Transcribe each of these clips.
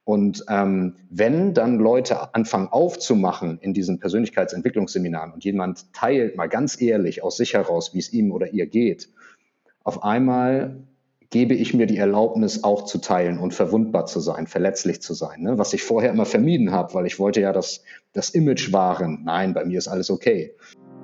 Und wenn dann Leute anfangen aufzumachen in diesen Persönlichkeitsentwicklungsseminaren und jemand teilt mal ganz ehrlich aus sich heraus, wie es ihm oder ihr geht, auf einmal gebe ich mir die Erlaubnis, auch zu teilen und verwundbar zu sein, verletzlich zu sein, ne? Was ich vorher immer vermieden habe, weil ich wollte ja das Image wahren. Nein, bei mir ist alles okay.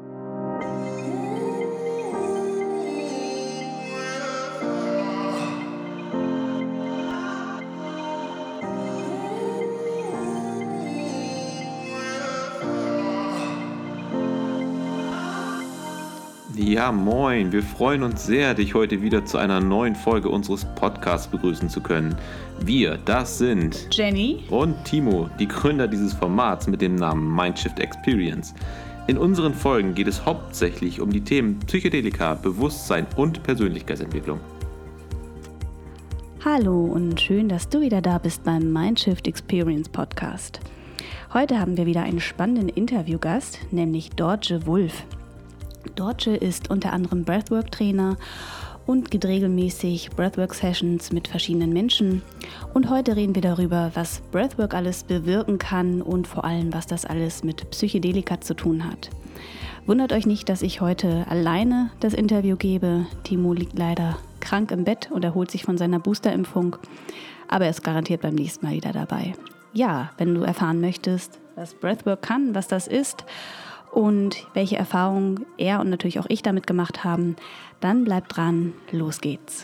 Ja, moin, wir freuen uns sehr, dich heute wieder zu einer neuen Folge unseres Podcasts begrüßen zu können. Wir, das sind Jenny und Timo, die Gründer dieses Formats mit dem Namen Mindshift Experience. In unseren Folgen geht es hauptsächlich um die Themen Psychedelika, Bewusstsein und Persönlichkeitsentwicklung. Hallo und schön, dass du wieder da bist beim Mindshift Experience Podcast. Heute haben wir wieder einen spannenden Interviewgast, nämlich Dorje Wulff. Dorje ist unter anderem Breathwork-Trainer und gibt regelmäßig Breathwork-Sessions mit verschiedenen Menschen. Und heute reden wir darüber, was Breathwork alles bewirken kann und vor allem, was das alles mit Psychedelika zu tun hat. Wundert euch nicht, dass ich heute alleine das Interview gebe. Timo liegt leider krank im Bett und erholt sich von seiner Boosterimpfung, aber er ist garantiert beim nächsten Mal wieder dabei. Ja, wenn du erfahren möchtest, was Breathwork kann, was das ist und welche Erfahrungen er und natürlich auch ich damit gemacht haben, dann bleibt dran, los geht's.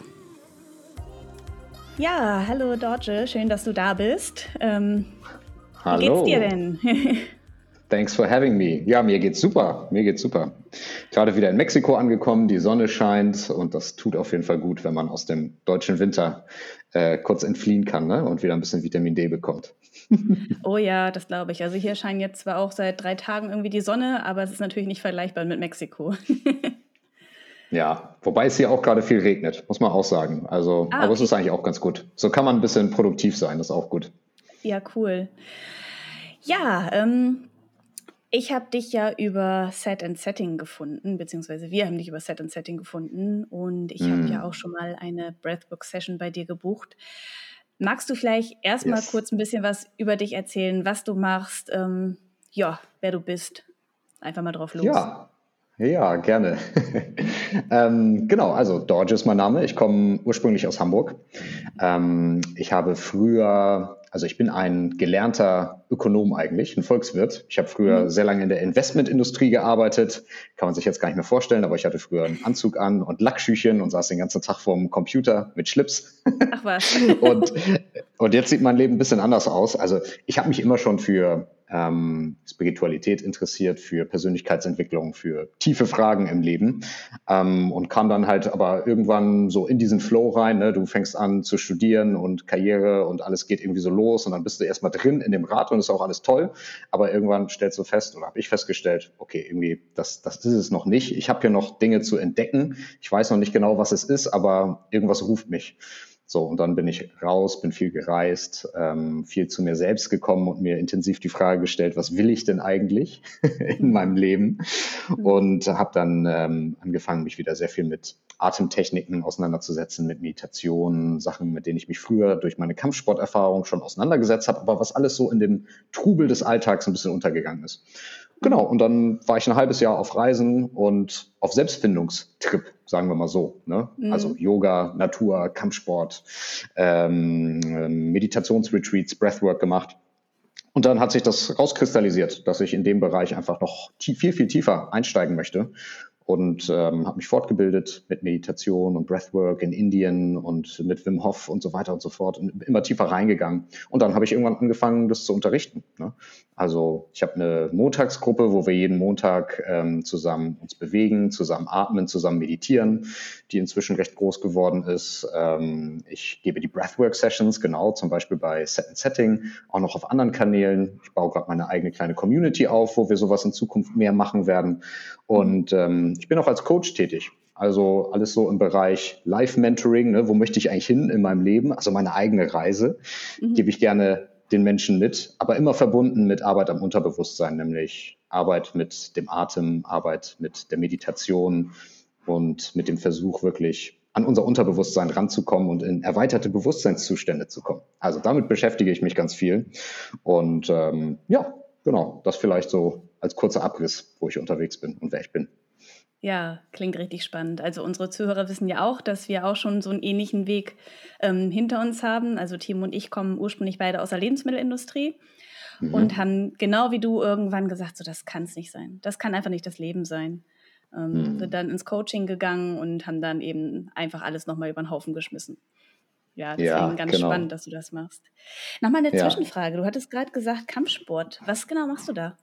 Ja, hallo Dorje, schön, dass du da bist. Hallo. Wie geht's dir denn? Thanks for having me. Ja, mir geht's super. Gerade wieder in Mexiko angekommen, die Sonne scheint und das tut auf jeden Fall gut, wenn man aus dem deutschen Winter kurz entfliehen kann, ne? Und wieder ein bisschen Vitamin D bekommt. Oh ja, das glaube ich. Also hier scheint jetzt zwar auch seit 3 Tagen irgendwie die Sonne, aber es ist natürlich nicht vergleichbar mit Mexiko. Ja, wobei es hier auch gerade viel regnet, muss man auch sagen. Also, aber es ist eigentlich auch ganz gut. So kann man ein bisschen produktiv sein, das ist auch gut. Ja, cool. Ja, ich habe dich ja über Set and Setting gefunden, beziehungsweise wir haben dich über Set and Setting gefunden und ich habe ja auch schon mal eine Breathwork-Session bei dir gebucht. Magst du vielleicht erstmal kurz ein bisschen was über dich erzählen, was du machst, wer du bist? Einfach mal drauf los. Ja, gerne. Genau, also Dorje ist mein Name. Ich komme ursprünglich aus Hamburg. Ich habe früher, ich bin ein gelernter Ökonom eigentlich, ein Volkswirt. Ich habe früher sehr lange in der Investmentindustrie gearbeitet. Kann man sich jetzt gar nicht mehr vorstellen, aber ich hatte früher einen Anzug an und Lackschüchen und saß den ganzen Tag vorm Computer mit Schlips. Ach was. Und jetzt sieht mein Leben ein bisschen anders aus. Also ich habe mich immer schon für Spiritualität interessiert, für Persönlichkeitsentwicklung, für tiefe Fragen im Leben und kam dann halt aber irgendwann so in diesen Flow rein, ne? Du fängst an zu studieren und Karriere und alles geht irgendwie so los und dann bist du erstmal drin in dem Rad und ist auch alles toll, aber irgendwann stellst du fest oder habe ich festgestellt, okay, irgendwie das ist es noch nicht. Ich habe hier noch Dinge zu entdecken. Ich weiß noch nicht genau, was es ist, aber irgendwas ruft mich. So, und dann bin ich raus, bin viel gereist, viel zu mir selbst gekommen und mir intensiv die Frage gestellt, was will ich denn eigentlich in meinem Leben? Und habe dann angefangen, mich wieder sehr viel mit Atemtechniken auseinanderzusetzen, mit Meditationen, Sachen, mit denen ich mich früher durch meine Kampfsporterfahrung schon auseinandergesetzt habe, aber was alles so in dem Trubel des Alltags ein bisschen untergegangen ist. Genau, und dann war ich ein halbes Jahr auf Reisen und auf Selbstfindungstrip, sagen wir mal so, ne? Also Yoga, Natur, Kampfsport, Meditationsretreats, Breathwork gemacht. Und dann hat sich das rauskristallisiert, dass ich in dem Bereich einfach noch viel, viel tiefer einsteigen möchte. Und habe mich fortgebildet mit Meditation und Breathwork in Indien und mit Wim Hof und so weiter und so fort und immer tiefer reingegangen. Und dann habe ich irgendwann angefangen, das zu unterrichten, ne? Also ich habe eine Montagsgruppe, wo wir jeden Montag zusammen uns bewegen, zusammen atmen, zusammen meditieren, die inzwischen recht groß geworden ist. Ich gebe die Breathwork-Sessions, genau, zum Beispiel bei Set and Setting, auch noch auf anderen Kanälen. Ich baue gerade meine eigene kleine Community auf, wo wir sowas in Zukunft mehr machen werden. Und ich bin auch als Coach tätig. Also alles so im Bereich Life-Mentoring, ne? Wo möchte ich eigentlich hin in meinem Leben? Also meine eigene Reise gebe ich gerne den Menschen mit, aber immer verbunden mit Arbeit am Unterbewusstsein, nämlich Arbeit mit dem Atem, Arbeit mit der Meditation und mit dem Versuch, wirklich an unser Unterbewusstsein ranzukommen und in erweiterte Bewusstseinszustände zu kommen. Also damit beschäftige ich mich ganz viel. Und ja, genau, das vielleicht so als kurzer Abriss, wo ich unterwegs bin und wer ich bin. Ja, klingt richtig spannend. Also unsere Zuhörer wissen ja auch, dass wir auch schon so einen ähnlichen Weg hinter uns haben. Also Timo und ich kommen ursprünglich beide aus der Lebensmittelindustrie und haben genau wie du irgendwann gesagt, so das kann es nicht sein. Das kann einfach nicht das Leben sein. Sind dann ins Coaching gegangen und haben dann eben einfach alles nochmal über den Haufen geschmissen. Ja, deswegen Ja, ganz genau. spannend, dass du das machst. Nochmal eine Ja. Zwischenfrage. Du hattest gerade gesagt Kampfsport. Was genau machst du da?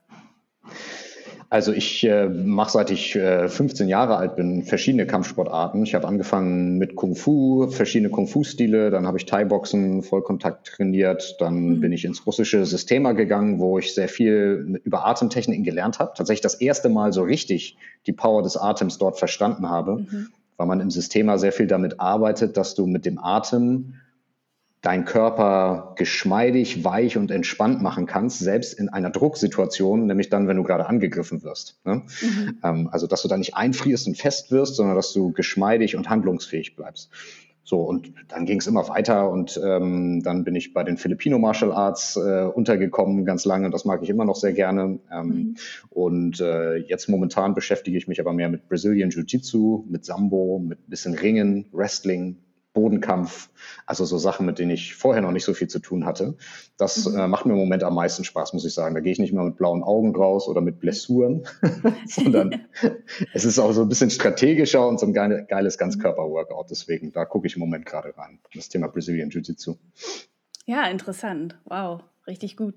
Also ich mache, seit ich 15 Jahre alt bin, verschiedene Kampfsportarten. Ich habe angefangen mit Kung Fu, verschiedene Kung Fu-Stile, dann habe ich Thai-Boxen, Vollkontakt trainiert, dann bin ich ins russische Systema gegangen, wo ich sehr viel über Atemtechniken gelernt habe. Tatsächlich das erste Mal so richtig die Power des Atems dort verstanden habe, weil man im Systema sehr viel damit arbeitet, dass du mit dem Atem deinen Körper geschmeidig, weich und entspannt machen kannst, selbst in einer Drucksituation, nämlich dann, wenn du gerade angegriffen wirst. Ne? Also, dass du da nicht einfrierst und fest wirst, sondern dass du geschmeidig und handlungsfähig bleibst. So, und dann ging es immer weiter und dann bin ich bei den Filipino Martial Arts untergekommen, ganz lange. Das mag ich immer noch sehr gerne. Und jetzt momentan beschäftige ich mich aber mehr mit Brazilian Jiu-Jitsu, mit Sambo, mit ein bisschen Ringen, Wrestling, Bodenkampf, also so Sachen, mit denen ich vorher noch nicht so viel zu tun hatte. Das macht mir im Moment am meisten Spaß, muss ich sagen. Da gehe ich nicht mal mit blauen Augen raus oder mit Blessuren, sondern es ist auch so ein bisschen strategischer und so ein geiles Ganzkörper-Workout. Deswegen, da gucke ich im Moment gerade rein. Das Thema Brazilian Jiu-Jitsu. Ja, interessant. Wow, richtig gut.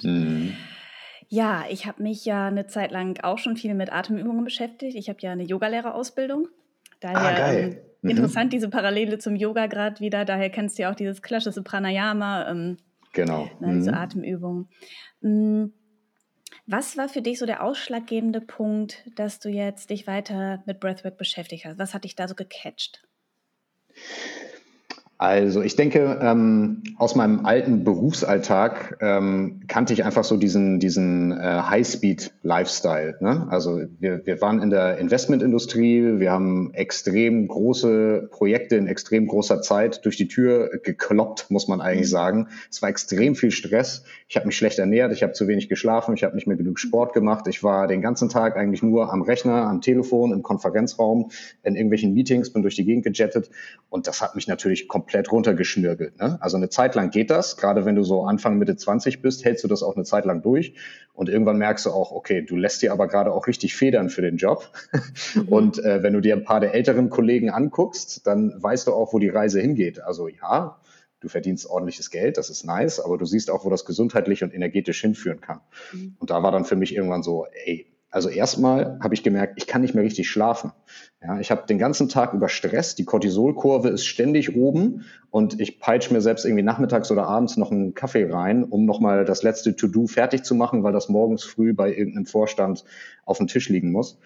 Ja, ich habe mich ja eine Zeit lang auch schon viel mit Atemübungen beschäftigt. Ich habe ja eine Yogalehrerausbildung. Daher geil. interessant, diese Parallele zum Yoga gerade wieder. Daher kennst du ja auch dieses klassische Pranayama, Genau. diese Atemübungen. Was war für dich so der ausschlaggebende Punkt, dass du jetzt dich weiter mit Breathwork beschäftigt hast? Was hat dich da so gecatcht? Also ich denke, aus meinem alten Berufsalltag kannte ich einfach so diesen High-Speed-Lifestyle. Ne? Also wir waren in der Investmentindustrie, wir haben extrem große Projekte in extrem großer Zeit durch die Tür gekloppt, muss man eigentlich sagen. Es war extrem viel Stress. Ich habe mich schlecht ernährt, ich habe zu wenig geschlafen, ich habe nicht mehr genug Sport gemacht. Ich war den ganzen Tag eigentlich nur am Rechner, am Telefon, im Konferenzraum, in irgendwelchen Meetings, bin durch die Gegend gejettet und das hat mich natürlich komplett runtergeschnürgelt. Ne? Also eine Zeit lang geht das, gerade wenn du so Anfang, Mitte 20 bist, hältst du das auch eine Zeit lang durch und irgendwann merkst du auch, okay, du lässt dir aber gerade auch richtig federn für den Job und wenn du dir ein paar der älteren Kollegen anguckst, dann weißt du auch, wo die Reise hingeht. Also ja, du verdienst ordentliches Geld, das ist nice, aber du siehst auch, wo das gesundheitlich und energetisch hinführen kann. Und da war dann für mich irgendwann so, also erstmal habe ich gemerkt, ich kann nicht mehr richtig schlafen. Ja, ich habe den ganzen Tag über Stress, die Cortisolkurve ist ständig oben und ich peitsche mir selbst irgendwie nachmittags oder abends noch einen Kaffee rein, um nochmal das letzte To-Do fertig zu machen, weil das morgens früh bei irgendeinem Vorstand auf dem Tisch liegen muss.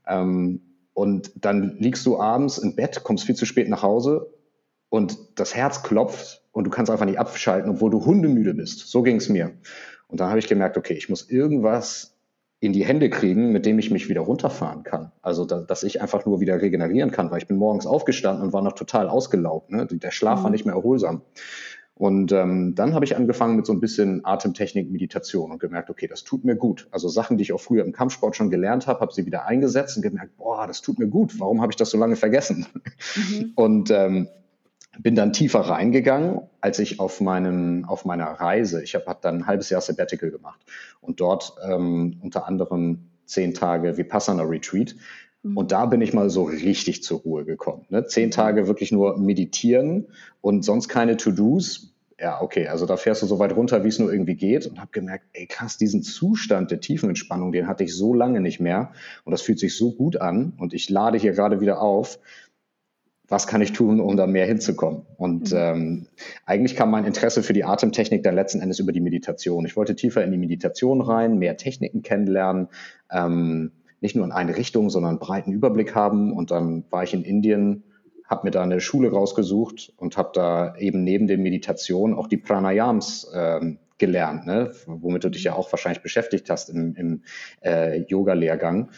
Und dann liegst du abends im Bett, kommst viel zu spät nach Hause und das Herz klopft und du kannst einfach nicht abschalten, obwohl du hundemüde bist. So ging es mir. Und dann habe ich gemerkt, okay, ich muss irgendwas in die Hände kriegen, mit dem ich mich wieder runterfahren kann. Also, dass ich einfach nur wieder regenerieren kann, weil ich bin morgens aufgestanden und war noch total ausgelaugt. Ne? Der Schlaf war nicht mehr erholsam. Und dann habe ich angefangen mit so ein bisschen Atemtechnik, Meditation und gemerkt, okay, das tut mir gut. Also Sachen, die ich auch früher im Kampfsport schon gelernt habe, habe sie wieder eingesetzt und gemerkt, boah, das tut mir gut. Warum habe ich das so lange vergessen? Und bin dann tiefer reingegangen, als ich auf meiner Reise, ich habe dann ein halbes Jahr Sabbatical gemacht und dort unter anderem 10 Tage Vipassana Retreat. Und da bin ich mal so richtig zur Ruhe gekommen. Ne? 10 Tage wirklich nur meditieren und sonst keine To-Dos. Ja, okay, also da fährst du so weit runter, wie es nur irgendwie geht und habe gemerkt, ey krass, diesen Zustand der Tiefenentspannung, den hatte ich so lange nicht mehr und das fühlt sich so gut an und ich lade hier gerade wieder auf. Was kann ich tun, um da mehr hinzukommen? Und eigentlich kam mein Interesse für die Atemtechnik dann letzten Endes über die Meditation. Ich wollte tiefer in die Meditation rein, mehr Techniken kennenlernen, nicht nur in eine Richtung, sondern einen breiten Überblick haben. Und dann war ich in Indien, habe mir da eine Schule rausgesucht und habe da eben neben der Meditation auch die Pranayams gelernt, ne? Womit du dich ja auch wahrscheinlich beschäftigt hast im Yoga-Lehrgang.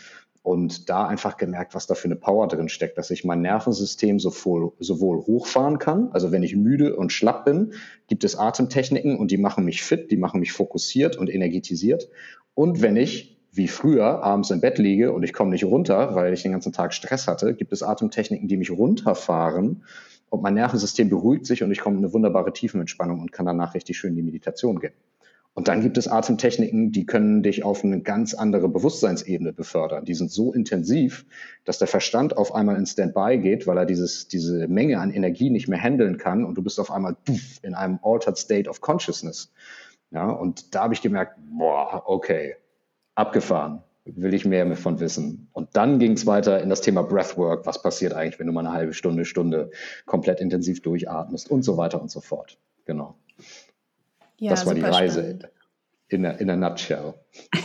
und da einfach gemerkt, was da für eine Power drin steckt, dass ich mein Nervensystem sowohl hochfahren kann, also wenn ich müde und schlapp bin, gibt es Atemtechniken und die machen mich fit, die machen mich fokussiert und energetisiert. Und wenn ich, wie früher, abends im Bett liege und ich komme nicht runter, weil ich den ganzen Tag Stress hatte, gibt es Atemtechniken, die mich runterfahren und mein Nervensystem beruhigt sich und ich komme in eine wunderbare Tiefenentspannung und kann danach richtig schön in die Meditation gehen. Und dann gibt es Atemtechniken, die können dich auf eine ganz andere Bewusstseinsebene befördern. Die sind so intensiv, dass der Verstand auf einmal in Standby geht, weil er diese Menge an Energie nicht mehr handeln kann und du bist auf einmal in einem altered state of consciousness. Ja, und da habe ich gemerkt, boah, okay, abgefahren, will ich mehr davon wissen. Und dann ging es weiter in das Thema Breathwork. Was passiert eigentlich, wenn du mal eine halbe Stunde komplett intensiv durchatmest und so weiter und so fort. Genau. Ja, das war die Reise spannend. in a nutshell.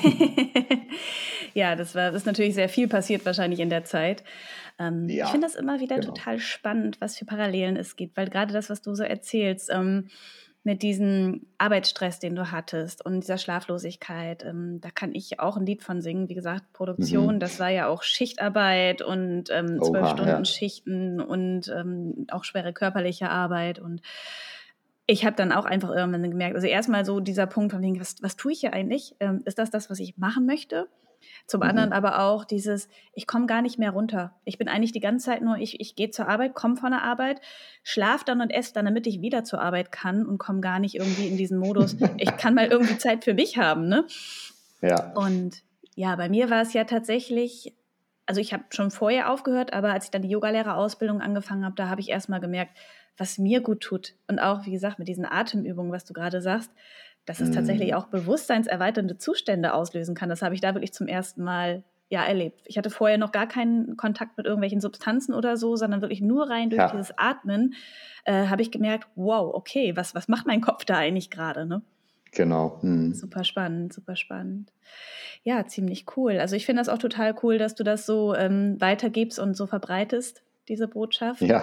Ja, das ist natürlich sehr viel passiert wahrscheinlich in der Zeit. Ich finde das immer wieder total spannend, was für Parallelen es gibt, weil gerade das, was du so erzählst, mit diesem Arbeitsstress, den du hattest und dieser Schlaflosigkeit, da kann ich auch ein Lied von singen. Wie gesagt, Produktion, das war ja auch Schichtarbeit und 12 Stunden Schichten und auch schwere körperliche Arbeit. Und ich habe dann auch einfach irgendwann gemerkt, also erstmal so dieser Punkt von wegen, was tue ich hier eigentlich? Ist das, was ich machen möchte? Zum anderen aber auch dieses, ich komme gar nicht mehr runter. Ich bin eigentlich die ganze Zeit nur, ich gehe zur Arbeit, komme von der Arbeit, schlafe dann und esse dann, damit ich wieder zur Arbeit kann und komme gar nicht irgendwie in diesen Modus, ich kann mal irgendwie Zeit für mich haben, ne? Ja. Und ja, bei mir war es ja tatsächlich, also ich habe schon vorher aufgehört, aber als ich dann die Yogalehrerausbildung angefangen habe, da habe ich erstmal gemerkt, was mir gut tut. Und auch, wie gesagt, mit diesen Atemübungen, was du gerade sagst, dass es tatsächlich auch bewusstseinserweiternde Zustände auslösen kann. Das habe ich da wirklich zum ersten Mal erlebt. Ich hatte vorher noch gar keinen Kontakt mit irgendwelchen Substanzen oder so, sondern wirklich nur rein durch dieses Atmen habe ich gemerkt, wow, okay, was macht mein Kopf da eigentlich gerade, ne? Genau. Super spannend, super spannend. Ja, ziemlich cool. Also ich finde das auch total cool, dass du das so weitergibst und so verbreitest, diese Botschaft. Ja.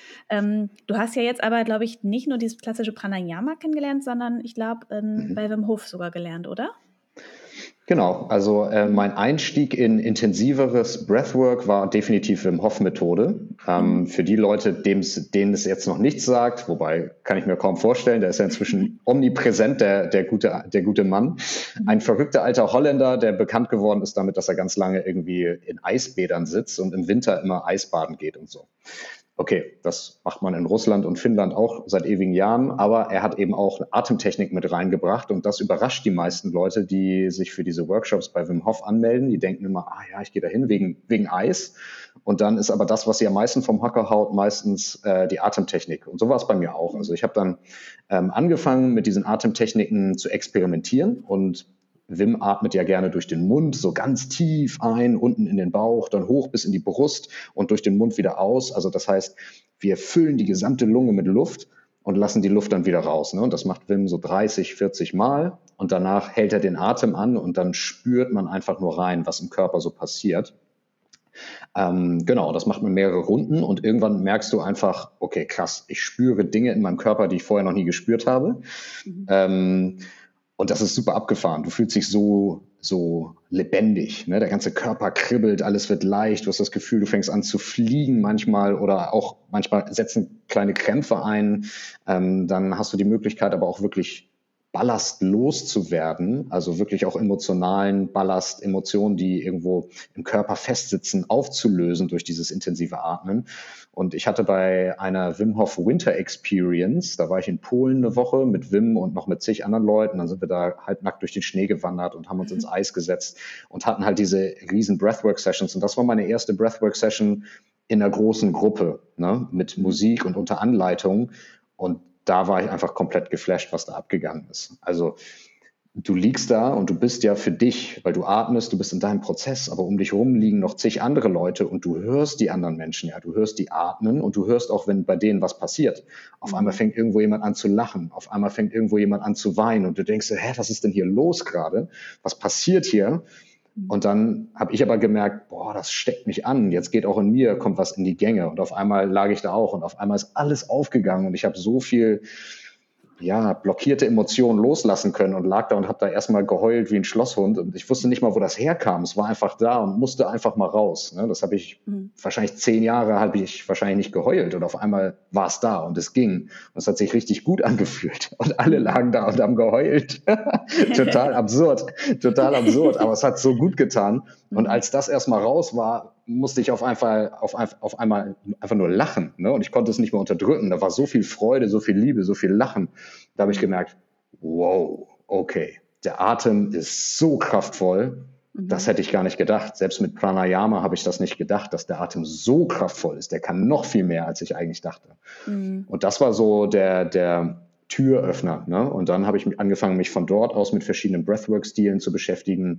Du hast ja jetzt aber, glaube ich, nicht nur dieses klassische Pranayama kennengelernt, sondern ich glaube, bei Wim Hof sogar gelernt, oder? Genau, also mein Einstieg in intensiveres Breathwork war definitiv Wim Hof Methode. Für die Leute, denen es jetzt noch nichts sagt, wobei kann ich mir kaum vorstellen, der ist ja inzwischen omnipräsent, der gute Mann. Ein verrückter alter Holländer, der bekannt geworden ist damit, dass er ganz lange irgendwie in Eisbädern sitzt und im Winter immer Eisbaden geht und so. Okay, das macht man in Russland und Finnland auch seit ewigen Jahren, aber er hat eben auch Atemtechnik mit reingebracht und das überrascht die meisten Leute, die sich für diese Workshops bei Wim Hof anmelden. Die denken immer, ich gehe dahin wegen Eis und dann ist aber das, was sie am meisten vom Hocker haut, meistens die Atemtechnik und so war es bei mir auch. Also ich habe dann angefangen mit diesen Atemtechniken zu experimentieren und Wim atmet ja gerne durch den Mund, so ganz tief ein, unten in den Bauch, dann hoch bis in die Brust und durch den Mund wieder aus. Also das heißt, wir füllen die gesamte Lunge mit Luft und lassen die Luft dann wieder raus. Ne? Und das macht Wim so 30, 40 Mal und danach hält er den Atem an und dann spürt man einfach nur rein, was im Körper so passiert. Genau, das macht man mehrere Runden und irgendwann merkst du einfach, okay, krass, ich spüre Dinge in meinem Körper, die ich vorher noch nie gespürt habe. Und das ist super abgefahren. Du fühlst dich so lebendig. Ne? Der ganze Körper kribbelt, alles wird leicht. Du hast das Gefühl, du fängst an zu fliegen manchmal oder auch manchmal setzen kleine Krämpfe ein. Dann hast du die Möglichkeit, aber auch wirklich Ballast loszuwerden, also wirklich auch emotionalen Ballast, Emotionen, die irgendwo im Körper festsitzen, aufzulösen durch dieses intensive Atmen. Und ich hatte bei einer Wim Hof Winter Experience, da war ich in Polen eine Woche mit Wim und noch mit zig anderen Leuten, dann sind wir da halbnackt durch den Schnee gewandert und haben uns ins Eis gesetzt und hatten halt diese riesen Breathwork-Sessions. Und das war meine erste Breathwork-Session in einer großen Gruppe, ne, mit Musik und unter Anleitung. Und da war ich einfach komplett geflasht, was da abgegangen ist. Also du liegst da und du bist ja für dich, weil du atmest, du bist in deinem Prozess, aber um dich herum liegen noch zig andere Leute und du hörst die anderen Menschen, ja, du hörst die atmen und du hörst auch, wenn bei denen was passiert. Auf einmal fängt irgendwo jemand an zu lachen, auf einmal fängt irgendwo jemand an zu weinen und du denkst, was ist denn hier los gerade? Was passiert hier? Und dann habe ich aber gemerkt, das steckt mich an. Jetzt geht auch in mir, kommt was in die Gänge. Und auf einmal lag ich da auch und auf einmal ist alles aufgegangen und ich habe so viel blockierte Emotionen loslassen können und lag da und habe da erstmal geheult wie ein Schlosshund und ich wusste nicht mal, wo das herkam. Es war einfach da und musste einfach mal raus. Ne? Das habe ich wahrscheinlich 10 Jahre habe ich wahrscheinlich nicht geheult und auf einmal war es da und es ging. Und es hat sich richtig gut angefühlt und alle lagen da und haben geheult. Total absurd, aber es hat so gut getan. Und als das erstmal raus war, musste ich auf einmal einfach nur lachen. Ne? Und ich konnte es nicht mehr unterdrücken. Da war so viel Freude, so viel Liebe, so viel Lachen. Da habe ich gemerkt, wow, okay, der Atem ist so kraftvoll. Das hätte ich gar nicht gedacht. Selbst mit Pranayama habe ich das nicht gedacht, dass der Atem so kraftvoll ist. Der kann noch viel mehr, als ich eigentlich dachte. Und das war so der Türöffner. Ne? Und dann habe ich angefangen, mich von dort aus mit verschiedenen Breathwork-Stilen zu beschäftigen.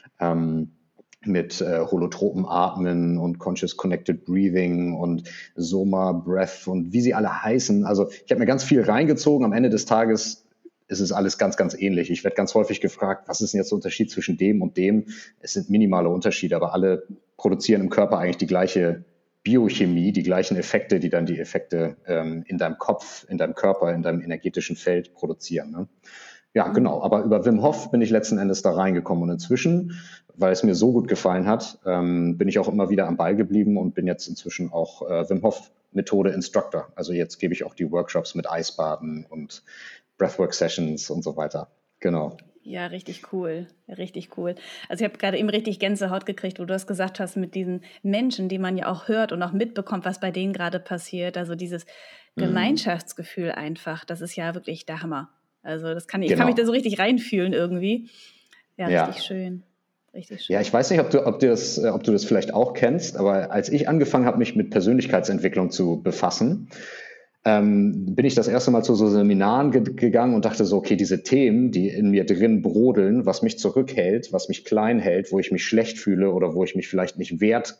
Mit holotropen Atmen und Conscious Connected Breathing und Soma Breath und wie sie alle heißen. Also ich habe mir ganz viel reingezogen. Am Ende des Tages ist es alles ganz, ganz ähnlich. Ich werde ganz häufig gefragt, was ist denn jetzt der Unterschied zwischen dem und dem? Es sind minimale Unterschiede, aber alle produzieren im Körper eigentlich die gleiche Biochemie, die gleichen Effekte, die dann die Effekte in deinem Kopf, in deinem Körper, in deinem energetischen Feld produzieren. Ne? Ja, genau. Aber über Wim Hof bin ich letzten Endes da reingekommen. Und inzwischen, weil es mir so gut gefallen hat, bin ich auch immer wieder am Ball geblieben und bin jetzt inzwischen auch Wim Hof Methode Instructor. Also jetzt gebe ich auch die Workshops mit Eisbaden und Breathwork Sessions und so weiter. Genau. Ja, richtig cool, richtig cool. Also ich habe gerade eben richtig Gänsehaut gekriegt, wo du das gesagt hast mit diesen Menschen, die man ja auch hört und auch mitbekommt, was bei denen gerade passiert. Also dieses Gemeinschaftsgefühl einfach, das ist ja wirklich der Hammer. Also ich kann mich da so richtig reinfühlen irgendwie. Ja, richtig schön. Richtig schön. Ja, ich weiß nicht, ob du das vielleicht auch kennst, aber als ich angefangen habe, mich mit Persönlichkeitsentwicklung zu befassen, bin ich das erste Mal zu so Seminaren gegangen und dachte so, okay, diese Themen, die in mir drin brodeln, was mich zurückhält, was mich klein hält, wo ich mich schlecht fühle oder wo ich mich vielleicht nicht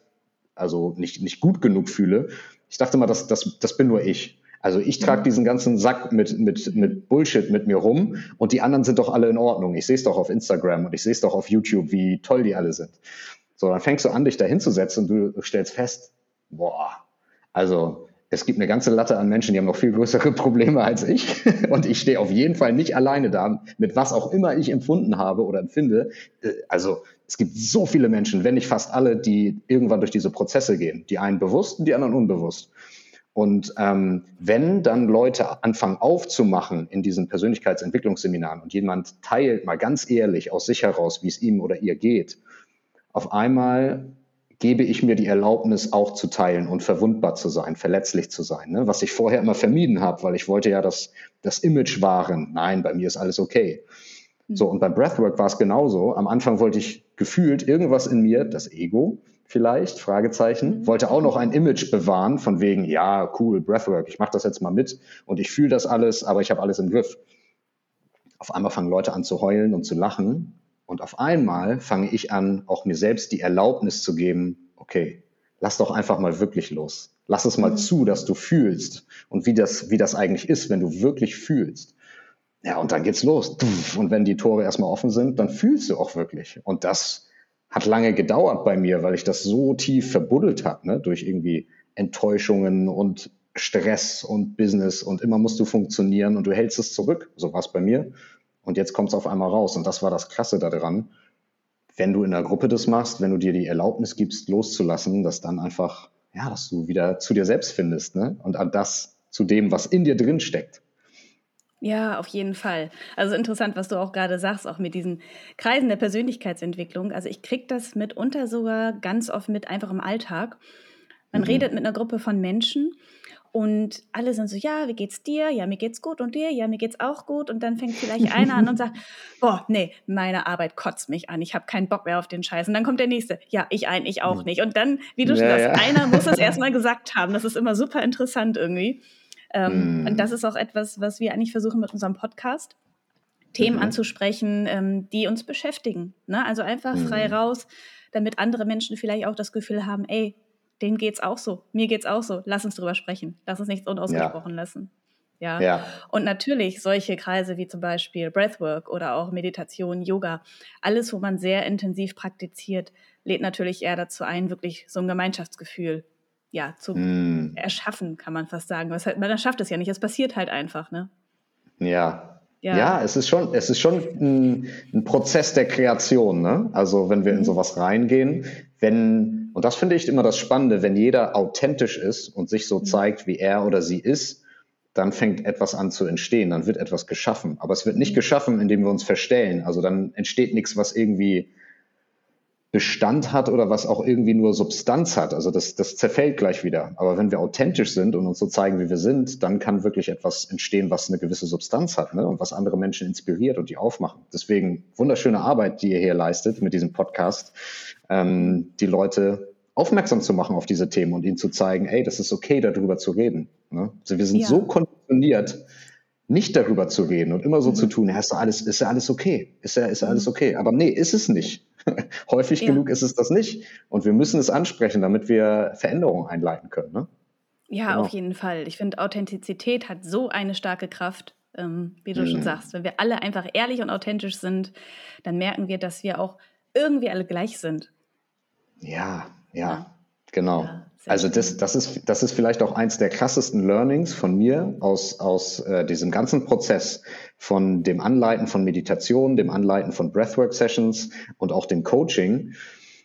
nicht gut genug fühle. Ich dachte mal, das bin nur ich. Also ich trage diesen ganzen Sack mit Bullshit mit mir rum und die anderen sind doch alle in Ordnung. Ich sehe es doch auf Instagram und ich sehe es doch auf YouTube, wie toll die alle sind. So, dann fängst du an, dich da hinzusetzen und du stellst fest, also es gibt eine ganze Latte an Menschen, die haben noch viel größere Probleme als ich und ich stehe auf jeden Fall nicht alleine da, mit was auch immer ich empfunden habe oder empfinde. Also es gibt so viele Menschen, wenn nicht fast alle, die irgendwann durch diese Prozesse gehen. Die einen bewusst und die anderen unbewusst. Und wenn dann Leute anfangen aufzumachen in diesen Persönlichkeitsentwicklungsseminaren und jemand teilt mal ganz ehrlich aus sich heraus, wie es ihm oder ihr geht, auf einmal gebe ich mir die Erlaubnis, auch zu teilen und verwundbar zu sein, verletzlich zu sein, ne? Was ich vorher immer vermieden habe, weil ich wollte ja das Image wahren. Nein, bei mir ist alles okay. So, und beim Breathwork war es genauso. Am Anfang wollte ich gefühlt irgendwas in mir, das Ego vielleicht, Fragezeichen, wollte auch noch ein Image bewahren von wegen, ja, cool, Breathwork, ich mache das jetzt mal mit und ich fühle das alles, aber ich habe alles im Griff. Auf einmal fangen Leute an zu heulen und zu lachen und auf einmal fange ich an, auch mir selbst die Erlaubnis zu geben, okay, lass doch einfach mal wirklich los. Lass es mal zu, dass du fühlst und wie das eigentlich ist, wenn du wirklich fühlst. Ja, und dann geht's los. Und wenn die Tore erstmal offen sind, dann fühlst du auch wirklich. Und das hat lange gedauert bei mir, weil ich das so tief verbuddelt habe, ne? Durch irgendwie Enttäuschungen und Stress und Business und immer musst du funktionieren und du hältst es zurück. So war es bei mir. Und jetzt kommt es auf einmal raus. Und das war das Krasse daran. Wenn du in einer Gruppe das machst, wenn du dir die Erlaubnis gibst, loszulassen, dass dann einfach, ja, dass du wieder zu dir selbst findest, ne? Und an das, zu dem, was in dir drin steckt. Ja, auf jeden Fall. Also interessant, was du auch gerade sagst, auch mit diesen Kreisen der Persönlichkeitsentwicklung. Also ich kriege das mitunter sogar ganz oft mit einfach im Alltag. Man redet mit einer Gruppe von Menschen und alle sind so, ja, wie geht's dir? Ja, mir geht's gut. Und dir? Ja, mir geht's auch gut. Und dann fängt vielleicht einer an und sagt, boah, nee, meine Arbeit kotzt mich an. Ich habe keinen Bock mehr auf den Scheiß. Und dann kommt der Nächste. Ja, ich auch nicht. Und dann, wie du schon sagst, einer muss es erstmal gesagt haben. Das ist immer super interessant irgendwie. Und das ist auch etwas, was wir eigentlich versuchen mit unserem Podcast, Themen anzusprechen, die uns beschäftigen. Ne? Also einfach frei raus, damit andere Menschen vielleicht auch das Gefühl haben, ey, denen geht's auch so, mir geht's auch so, lass uns drüber sprechen, lass uns nichts unausgesprochen lassen. Ja. Und natürlich solche Kreise wie zum Beispiel Breathwork oder auch Meditation, Yoga, alles, wo man sehr intensiv praktiziert, lädt natürlich eher dazu ein, wirklich so ein Gemeinschaftsgefühl zu erschaffen, kann man fast sagen. Man erschafft es ja nicht, es passiert halt einfach, ne? Ja. Ja. Ja, es ist schon ein Prozess der Kreation, ne? Also wenn wir in sowas reingehen, und das finde ich immer das Spannende, wenn jeder authentisch ist und sich so zeigt, wie er oder sie ist, dann fängt etwas an zu entstehen, dann wird etwas geschaffen. Aber es wird nicht geschaffen, indem wir uns verstellen. Also dann entsteht nichts, was irgendwie Bestand hat oder was auch irgendwie nur Substanz hat. Also das zerfällt gleich wieder. Aber wenn wir authentisch sind und uns so zeigen, wie wir sind, dann kann wirklich etwas entstehen, was eine gewisse Substanz hat, ne? Und was andere Menschen inspiriert und die aufmachen. Deswegen wunderschöne Arbeit, die ihr hier leistet mit diesem Podcast, die Leute aufmerksam zu machen auf diese Themen und ihnen zu zeigen, ey, das ist okay, darüber zu reden. Ne? Also wir sind so konditioniert, nicht darüber zu reden und immer so zu tun, ja, ist ja alles okay, ist ja alles okay. Aber nee, ist es nicht. Häufig genug ist es das nicht. Und wir müssen es ansprechen, damit wir Veränderungen einleiten können. Ne? Ja, genau. Auf jeden Fall. Ich finde, Authentizität hat so eine starke Kraft, wie du schon sagst. Wenn wir alle einfach ehrlich und authentisch sind, dann merken wir, dass wir auch irgendwie alle gleich sind. Ja, genau. Ja, also das ist vielleicht auch eins der krassesten Learnings von mir aus diesem ganzen Prozess von dem Anleiten von Meditation, dem Anleiten von Breathwork-Sessions und auch dem Coaching.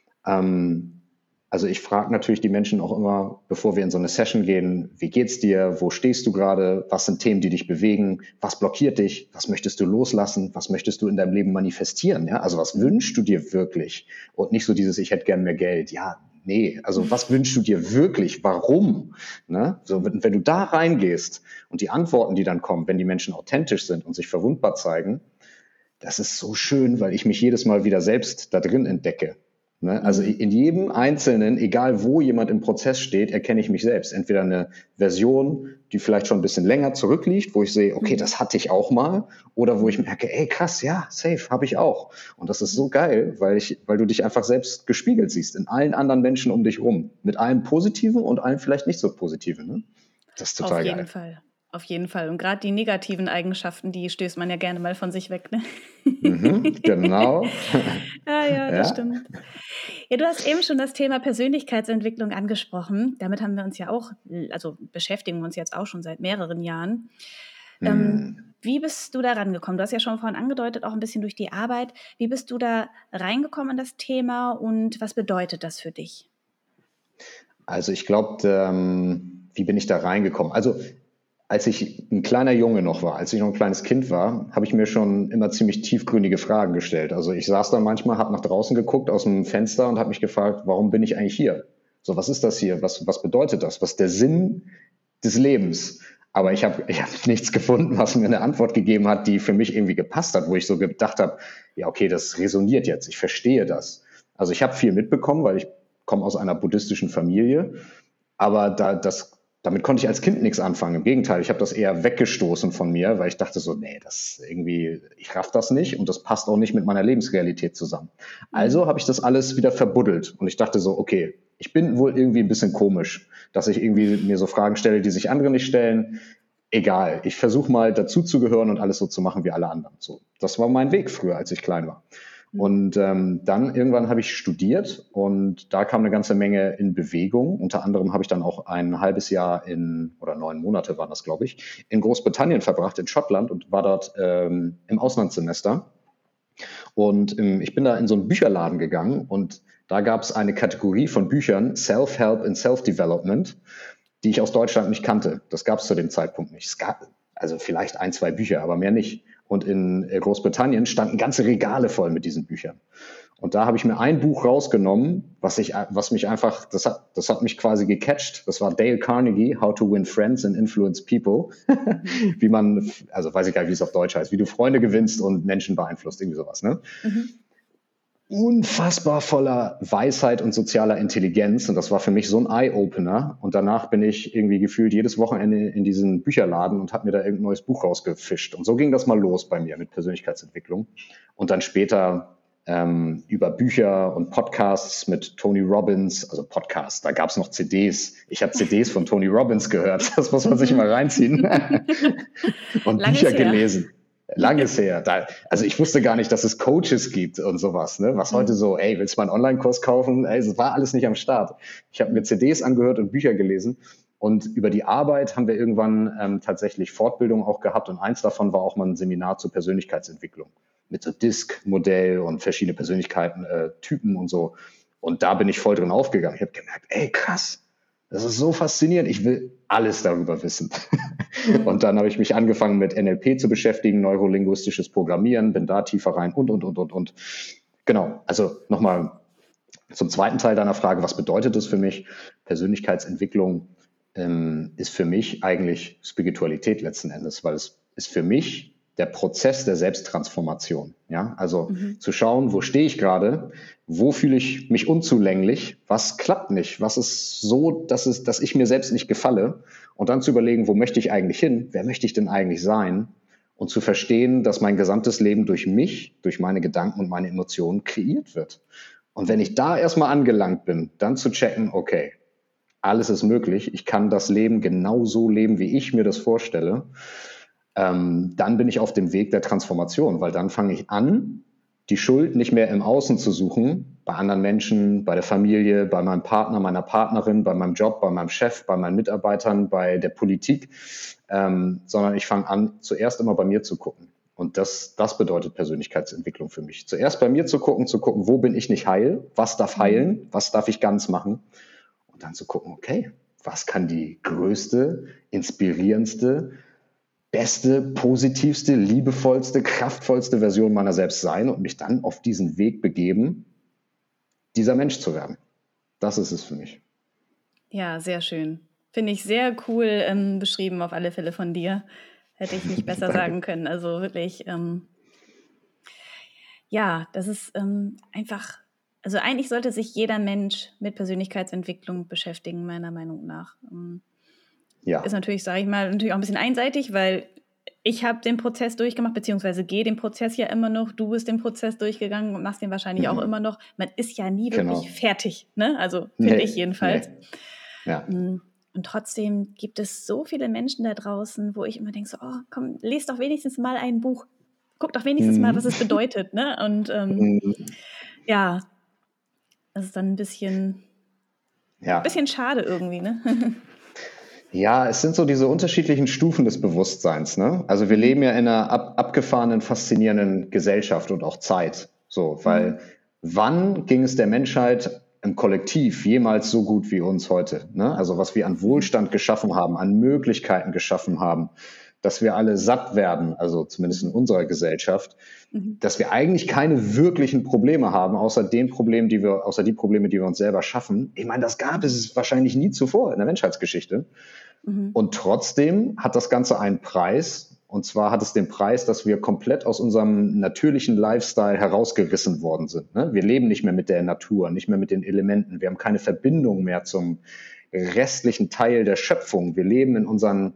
Also ich frage natürlich die Menschen auch immer, bevor wir in so eine Session gehen, wie geht's dir, wo stehst du gerade, was sind Themen, die dich bewegen, was blockiert dich, was möchtest du loslassen, was möchtest du in deinem Leben manifestieren, ja? Also was wünschst du dir wirklich? Und nicht so dieses, ich hätte gern mehr Geld, ja, nee, also was wünschst du dir wirklich, warum? Ne? So, wenn du da reingehst und die Antworten, die dann kommen, wenn die Menschen authentisch sind und sich verwundbar zeigen, das ist so schön, weil ich mich jedes Mal wieder selbst da drin entdecke. Ne? Also in jedem Einzelnen, egal wo jemand im Prozess steht, erkenne ich mich selbst. Entweder eine Version, die vielleicht schon ein bisschen länger zurückliegt, wo ich sehe, okay, das hatte ich auch mal, oder wo ich merke, ey, krass, ja, safe, habe ich auch. Und das ist so geil, weil du dich einfach selbst gespiegelt siehst in allen anderen Menschen um dich rum. Mit allem Positiven und allem vielleicht nicht so Positiven. Ne? Das ist total geil. Auf jeden Fall. Auf jeden Fall. Und gerade die negativen Eigenschaften, die stößt man ja gerne mal von sich weg. Ne? Genau. Ja, das stimmt. Ja, du hast eben schon das Thema Persönlichkeitsentwicklung angesprochen. Damit haben wir uns ja auch, also beschäftigen wir uns jetzt auch schon seit mehreren Jahren. Wie bist du da rangekommen? Du hast ja schon vorhin angedeutet, auch ein bisschen durch die Arbeit. Wie bist du da reingekommen in das Thema und was bedeutet das für dich? Also ich glaube, wie bin ich da reingekommen? Also als ich ein kleiner Junge noch war, als ich noch ein kleines Kind war, habe ich mir schon immer ziemlich tiefgründige Fragen gestellt. Also ich saß dann manchmal, habe nach draußen geguckt aus dem Fenster und habe mich gefragt, warum bin ich eigentlich hier? So, was ist das hier? Was bedeutet das? Was ist der Sinn des Lebens? Aber ich hab nichts gefunden, was mir eine Antwort gegeben hat, die für mich irgendwie gepasst hat, wo ich so gedacht habe, ja okay, das resoniert jetzt, ich verstehe das. Also ich habe viel mitbekommen, weil ich komme aus einer buddhistischen Familie, aber damit konnte ich als Kind nichts anfangen. Im Gegenteil, ich habe das eher weggestoßen von mir, weil ich dachte so, nee, ich raff das nicht und das passt auch nicht mit meiner Lebensrealität zusammen. Also habe ich das alles wieder verbuddelt und ich dachte so, okay, ich bin wohl irgendwie ein bisschen komisch, dass ich irgendwie mir so Fragen stelle, die sich andere nicht stellen. Egal, ich versuche mal dazuzugehören und alles so zu machen wie alle anderen. So, das war mein Weg früher, als ich klein war. Und dann irgendwann habe ich studiert und da kam eine ganze Menge in Bewegung. Unter anderem habe ich dann auch ein halbes Jahr oder 9 Monate waren das, glaube ich, in Großbritannien verbracht, in Schottland und war dort im Auslandssemester. Und ich bin da in so einen Bücherladen gegangen und da gab es eine Kategorie von Büchern, Self-Help and Self-Development, die ich aus Deutschland nicht kannte. Das gab es zu dem Zeitpunkt nicht. Es gab also vielleicht 1, 2 Bücher, aber mehr nicht. Und in Großbritannien standen ganze Regale voll mit diesen Büchern. Und da habe ich mir ein Buch rausgenommen, was mich einfach, das hat mich quasi gecatcht. Das war Dale Carnegie, How to Win Friends and Influence People. Also weiß ich gar nicht, wie es auf Deutsch heißt, wie du Freunde gewinnst und Menschen beeinflusst, irgendwie sowas, ne? Unfassbar voller Weisheit und sozialer Intelligenz. Und das war für mich so ein Eye-Opener. Und danach bin ich irgendwie gefühlt jedes Wochenende in diesen Bücherladen und habe mir da irgendein neues Buch rausgefischt. Und so ging das mal los bei mir mit Persönlichkeitsentwicklung. Und dann später über Bücher und Podcasts mit Tony Robbins, also Podcasts, da gab es noch CDs. Ich habe CDs von Tony Robbins gehört. Das muss man sich mal reinziehen. Und Bücher gelesen. Langes her. Also ich wusste gar nicht, dass es Coaches gibt und sowas, ne? Was heute so, willst du mal einen Online-Kurs kaufen? Es war alles nicht am Start. Ich habe mir CDs angehört und Bücher gelesen Und über die Arbeit haben wir irgendwann tatsächlich Fortbildung auch gehabt. Und eins davon war auch mal ein Seminar zur Persönlichkeitsentwicklung mit so DISC-Modell und verschiedene Persönlichkeiten, Typen und so. Und da bin ich voll drin aufgegangen. Ich habe gemerkt, ey, krass, das ist so faszinierend. Ich will alles darüber wissen. Und dann habe ich mich angefangen mit NLP zu beschäftigen, neurolinguistisches Programmieren, bin da tiefer rein und. Genau, also nochmal zum zweiten Teil deiner Frage, was bedeutet das für mich? Persönlichkeitsentwicklung ist für mich eigentlich Spiritualität letzten Endes, weil es ist für mich der Prozess der Selbsttransformation. Ja, also zu schauen, wo stehe ich gerade, wo fühle ich mich unzulänglich, was klappt nicht, was ist so, dass ich mir selbst nicht gefalle, und dann zu überlegen, wo möchte ich eigentlich hin, wer möchte ich denn eigentlich sein, und zu verstehen, dass mein gesamtes Leben durch mich, durch meine Gedanken und meine Emotionen kreiert wird. Und wenn ich da erstmal angelangt bin, dann zu checken, okay, alles ist möglich, ich kann das Leben genau so leben, wie ich mir das vorstelle, dann bin ich auf dem Weg der Transformation, weil dann fange ich an, die Schuld nicht mehr im Außen zu suchen, bei anderen Menschen, bei der Familie, bei meinem Partner, meiner Partnerin, bei meinem Job, bei meinem Chef, bei meinen Mitarbeitern, bei der Politik, sondern ich fange an, zuerst immer bei mir zu gucken. Und das bedeutet Persönlichkeitsentwicklung für mich. Zuerst bei mir zu gucken, wo bin ich nicht heil, was darf heilen, was darf ich ganz machen, und dann zu gucken, okay, was kann die größte, inspirierendste, beste, positivste, liebevollste, kraftvollste Version meiner selbst sein und mich dann auf diesen Weg begeben, dieser Mensch zu werden. Das ist es für mich. Ja, sehr schön. Finde ich sehr cool beschrieben, auf alle Fälle von dir. Hätte ich nicht besser sagen können. Also wirklich, ja, das ist einfach, also eigentlich sollte sich jeder Mensch mit Persönlichkeitsentwicklung beschäftigen, meiner Meinung nach. Ja. Ist natürlich, sage ich mal, natürlich auch ein bisschen einseitig, weil ich habe den Prozess durchgemacht, beziehungsweise gehe den Prozess ja immer noch. Du bist den Prozess durchgegangen und machst den wahrscheinlich auch immer noch. Man ist ja nie wirklich fertig, ne? Also finde ich jedenfalls. Nee. Ja. Und trotzdem gibt es so viele Menschen da draußen, wo ich immer denke so, oh, komm, lest doch wenigstens mal ein Buch. Guck doch wenigstens mal, was es bedeutet, ne? Und ja, das ist dann ein bisschen schade irgendwie, ne? Ja, es sind so diese unterschiedlichen Stufen des Bewusstseins, ne? Also wir leben ja in einer abgefahrenen, faszinierenden Gesellschaft und auch Zeit. So, weil wann ging es der Menschheit im Kollektiv jemals so gut wie uns heute, ne? Also was wir an Wohlstand geschaffen haben, an Möglichkeiten geschaffen haben, dass wir alle satt werden, also zumindest in unserer Gesellschaft, dass wir eigentlich keine wirklichen Probleme haben, außer die Probleme, die wir uns selber schaffen. Ich meine, das gab es wahrscheinlich nie zuvor in der Menschheitsgeschichte. Und trotzdem hat das Ganze einen Preis. Und zwar hat es den Preis, dass wir komplett aus unserem natürlichen Lifestyle herausgerissen worden sind, ne? Wir leben nicht mehr mit der Natur, nicht mehr mit den Elementen. Wir haben keine Verbindung mehr zum restlichen Teil der Schöpfung. Wir leben in unseren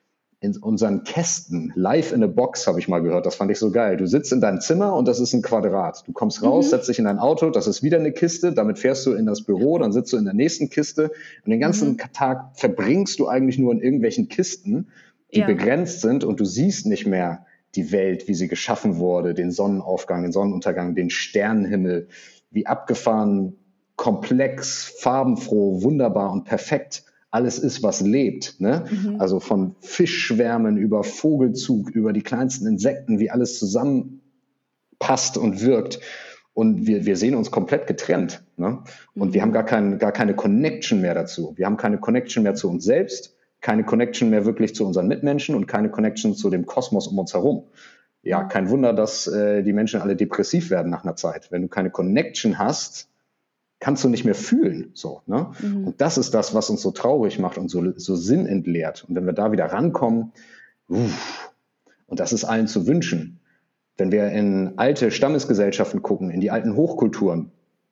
Kästen, live in a box, habe ich mal gehört. Das fand ich so geil. Du sitzt in deinem Zimmer und das ist ein Quadrat. Du kommst raus, setzt dich in dein Auto, das ist wieder eine Kiste, damit fährst du in das Büro, dann sitzt du in der nächsten Kiste und den ganzen Tag verbringst du eigentlich nur in irgendwelchen Kisten, die begrenzt sind, und du siehst nicht mehr die Welt, wie sie geschaffen wurde, den Sonnenaufgang, den Sonnenuntergang, den Sternenhimmel, wie abgefahren, komplex, farbenfroh, wunderbar und perfekt alles ist, was lebt, ne? Also von Fischschwärmen über Vogelzug, über die kleinsten Insekten, wie alles zusammenpasst und wirkt. Und wir sehen uns komplett getrennt, ne? Und wir haben gar keine Connection mehr dazu. Wir haben keine Connection mehr zu uns selbst, keine Connection mehr wirklich zu unseren Mitmenschen und keine Connection zu dem Kosmos um uns herum. Ja, kein Wunder, dass die Menschen alle depressiv werden nach einer Zeit. Wenn du keine Connection hast, kannst du nicht mehr fühlen, so, ne? Und das ist das, was uns so traurig macht und so sinnentleert. Und wenn wir da wieder rankommen, und das ist allen zu wünschen, wenn wir in alte Stammesgesellschaften gucken, in die alten Hochkulturen,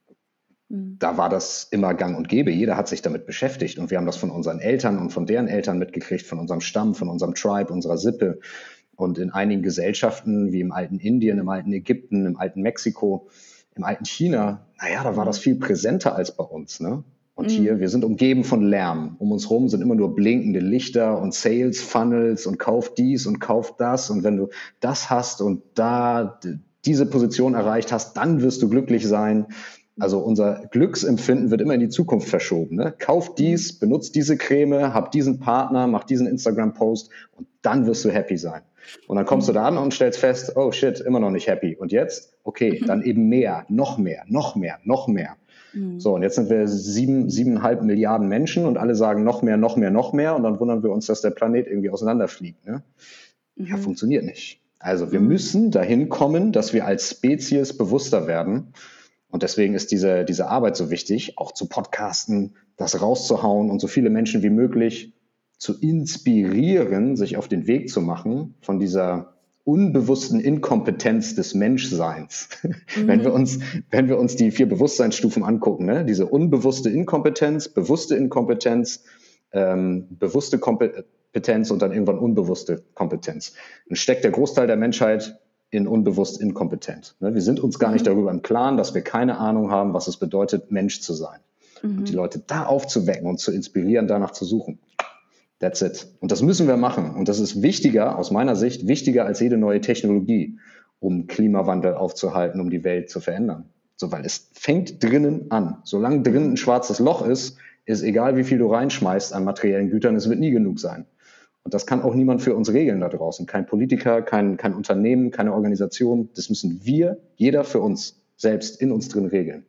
da war das immer gang und gäbe. Jeder hat sich damit beschäftigt und wir haben das von unseren Eltern und von deren Eltern mitgekriegt, von unserem Stamm, von unserem Tribe, unserer Sippe. Und in einigen Gesellschaften, wie im alten Indien, im alten Ägypten, im alten Mexiko, im alten China, da war das viel präsenter als bei uns, ne? Und hier, wir sind umgeben von Lärm. Um uns rum sind immer nur blinkende Lichter und Sales Funnels und kauf dies und kauf das. Und wenn du das hast und da diese Position erreicht hast, dann wirst du glücklich sein. Also unser Glücksempfinden wird immer in die Zukunft verschoben. Ne? Kauf dies, benutzt diese Creme, hab diesen Partner, mach diesen Instagram-Post und dann wirst du happy sein. Und dann kommst du da an und stellst fest, oh shit, immer noch nicht happy. Und jetzt? Okay, dann eben mehr, noch mehr, noch mehr, noch mehr. So, und jetzt sind wir 7,5 Milliarden Menschen und alle sagen noch mehr, noch mehr, noch mehr. Und dann wundern wir uns, dass der Planet irgendwie auseinanderfliegt. Ne? Ja, funktioniert nicht. Also wir müssen dahin kommen, dass wir als Spezies bewusster werden. Und deswegen ist diese Arbeit so wichtig, auch zu podcasten, das rauszuhauen und so viele Menschen wie möglich zu inspirieren, sich auf den Weg zu machen von dieser unbewussten Inkompetenz des Menschseins. Wenn wir uns die 4 Bewusstseinsstufen angucken, ne? Diese unbewusste Inkompetenz, bewusste Inkompetenz, bewusste Kompetenz und dann irgendwann unbewusste Kompetenz. Dann steckt der Großteil der Menschheit in unbewusst inkompetent. Wir sind uns gar nicht darüber im Klaren, dass wir keine Ahnung haben, was es bedeutet, Mensch zu sein. Und die Leute da aufzuwecken und zu inspirieren, danach zu suchen. That's it. Und das müssen wir machen. Und das ist wichtiger, aus meiner Sicht, wichtiger als jede neue Technologie, um Klimawandel aufzuhalten, um die Welt zu verändern. So, weil es fängt drinnen an. Solange drinnen ein schwarzes Loch ist egal, wie viel du reinschmeißt an materiellen Gütern, es wird nie genug sein. Und das kann auch niemand für uns regeln da draußen. Kein Politiker, kein Unternehmen, keine Organisation. Das müssen wir, jeder für uns selbst in uns drin regeln.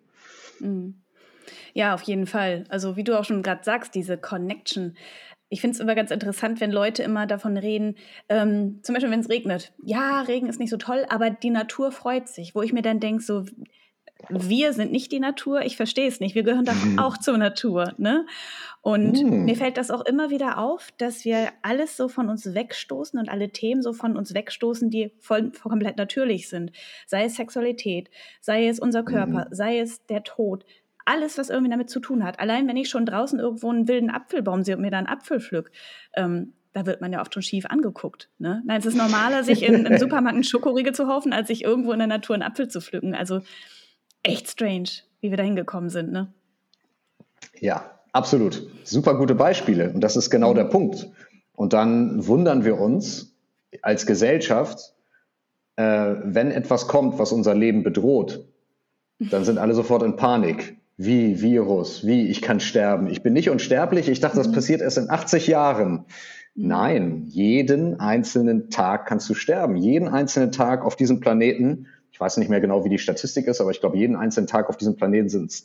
Ja, auf jeden Fall. Also wie du auch schon gerade sagst, diese Connection. Ich finde es immer ganz interessant, wenn Leute immer davon reden, zum Beispiel, wenn es regnet. Ja, Regen ist nicht so toll, aber die Natur freut sich. Wo ich mir dann denke, so, wir sind nicht die Natur, ich verstehe es nicht. Wir gehören doch auch zur Natur, ne? Und mir fällt das auch immer wieder auf, dass wir alles so von uns wegstoßen und alle Themen so von uns wegstoßen, die komplett natürlich sind. Sei es Sexualität, sei es unser Körper, sei es der Tod. Alles, was irgendwie damit zu tun hat. Allein, wenn ich schon draußen irgendwo einen wilden Apfelbaum sehe und mir da einen Apfel pflück, da wird man ja oft schon schief angeguckt. Ne? Nein, es ist normaler, sich im Supermarkt einen Schokoriegel zu kaufen, als sich irgendwo in der Natur einen Apfel zu pflücken. Also echt strange, wie wir da hingekommen sind. Ne? Ja, absolut. Super gute Beispiele. Und das ist genau der Punkt. Und dann wundern wir uns als Gesellschaft, wenn etwas kommt, was unser Leben bedroht, dann sind alle sofort in Panik. Wie Virus, wie ich kann sterben. Ich bin nicht unsterblich, ich dachte, das passiert erst in 80 Jahren. Nein, jeden einzelnen Tag kannst du sterben. Jeden einzelnen Tag auf diesem Planeten, ich weiß nicht mehr genau, wie die Statistik ist, aber ich glaube, jeden einzelnen Tag auf diesem Planeten sind es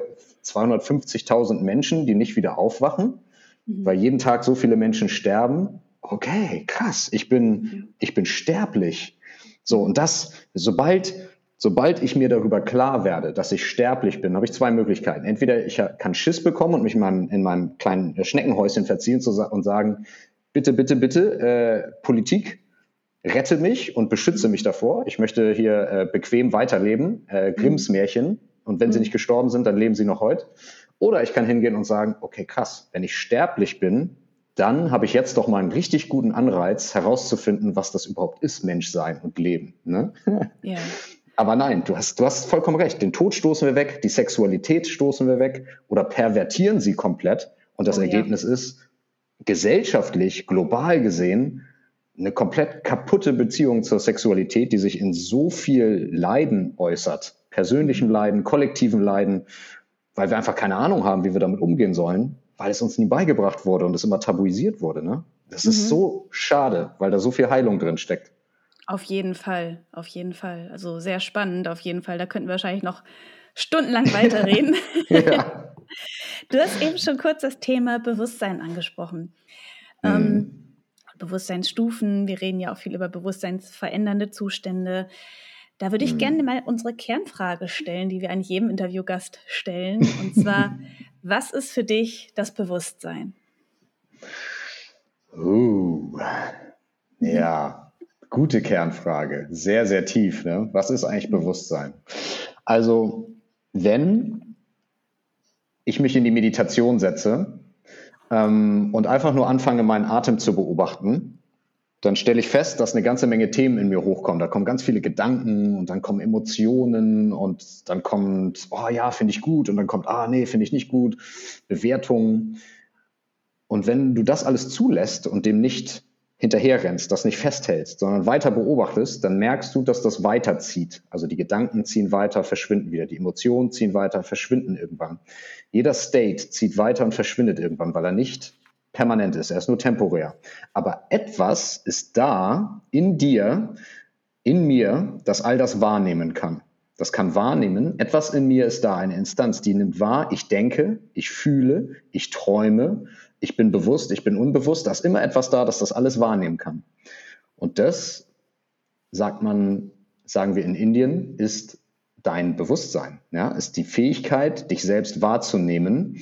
250.000 Menschen, die nicht wieder aufwachen, weil jeden Tag so viele Menschen sterben. Okay, krass, ich bin sterblich. So, und das, sobald ich mir darüber klar werde, dass ich sterblich bin, habe ich 2 Möglichkeiten. Entweder ich kann Schiss bekommen und mich in meinem kleinen Schneckenhäuschen verziehen und sagen, bitte, bitte, bitte, Politik, rette mich und beschütze mich davor. Ich möchte hier bequem weiterleben, Grimms Märchen. Und wenn sie nicht gestorben sind, dann leben sie noch heute. Oder ich kann hingehen und sagen, okay, krass, wenn ich sterblich bin, dann habe ich jetzt doch mal einen richtig guten Anreiz, herauszufinden, was das überhaupt ist, Menschsein und Leben. Ne? Ja. Aber nein, du hast vollkommen recht. Den Tod stoßen wir weg, die Sexualität stoßen wir weg oder pervertieren sie komplett. Und das Ergebnis ist gesellschaftlich, global gesehen, eine komplett kaputte Beziehung zur Sexualität, die sich in so viel Leiden äußert. Persönlichem Leiden, kollektivem Leiden, weil wir einfach keine Ahnung haben, wie wir damit umgehen sollen, weil es uns nie beigebracht wurde und es immer tabuisiert wurde. Ne? Das ist so schade, weil da so viel Heilung drin steckt. Auf jeden Fall, auf jeden Fall. Also sehr spannend, auf jeden Fall. Da könnten wir wahrscheinlich noch stundenlang weiterreden. Ja. Du hast eben schon kurz das Thema Bewusstsein angesprochen. Bewusstseinsstufen, wir reden ja auch viel über bewusstseinsverändernde Zustände. Da würde ich gerne mal unsere Kernfrage stellen, die wir eigentlich jedem Interviewgast stellen. Und zwar, was ist für dich das Bewusstsein? Ja. Gute Kernfrage, sehr, sehr tief. Ne? Was ist eigentlich Bewusstsein? Also, wenn ich mich in die Meditation setze und einfach nur anfange, meinen Atem zu beobachten, dann stelle ich fest, dass eine ganze Menge Themen in mir hochkommen. Da kommen ganz viele Gedanken und dann kommen Emotionen und dann kommt, oh ja, finde ich gut und dann kommt, nee, finde ich nicht gut, Bewertungen. Und wenn du das alles zulässt und dem nicht hinterherrennst, das nicht festhältst, sondern weiter beobachtest, dann merkst du, dass das weiterzieht. Also die Gedanken ziehen weiter, verschwinden wieder. Die Emotionen ziehen weiter, verschwinden irgendwann. Jeder State zieht weiter und verschwindet irgendwann, weil er nicht permanent ist. Er ist nur temporär. Aber etwas ist da in dir, in mir, das all das wahrnehmen kann. Das kann wahrnehmen. Etwas in mir ist da, eine Instanz, die nimmt wahr. Ich denke, ich fühle, ich träume, ich bin bewusst, ich bin unbewusst. Da ist immer etwas da, das alles wahrnehmen kann. Und das, sagen wir in Indien, ist dein Bewusstsein. Ja? Ist die Fähigkeit, dich selbst wahrzunehmen.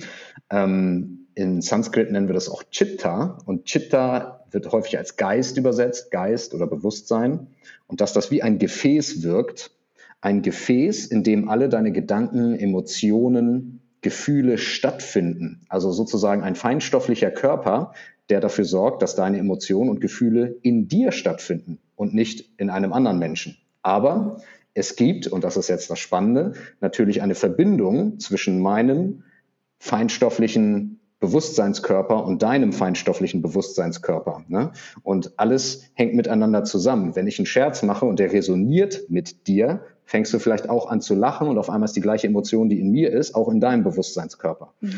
In Sanskrit nennen wir das auch Chitta. Und Chitta wird häufig als Geist übersetzt, Geist oder Bewusstsein. Und dass das wie ein Gefäß wirkt. Ein Gefäß, in dem alle deine Gedanken, Emotionen, Gefühle stattfinden. Also sozusagen ein feinstofflicher Körper, der dafür sorgt, dass deine Emotionen und Gefühle in dir stattfinden und nicht in einem anderen Menschen. Aber es gibt, und das ist jetzt das Spannende, natürlich eine Verbindung zwischen meinem feinstofflichen Bewusstseinskörper und deinem feinstofflichen Bewusstseinskörper. Ne? Und alles hängt miteinander zusammen. Wenn ich einen Scherz mache und der resoniert mit dir, fängst du vielleicht auch an zu lachen und auf einmal ist die gleiche Emotion, die in mir ist, auch in deinem Bewusstseinskörper. Mhm.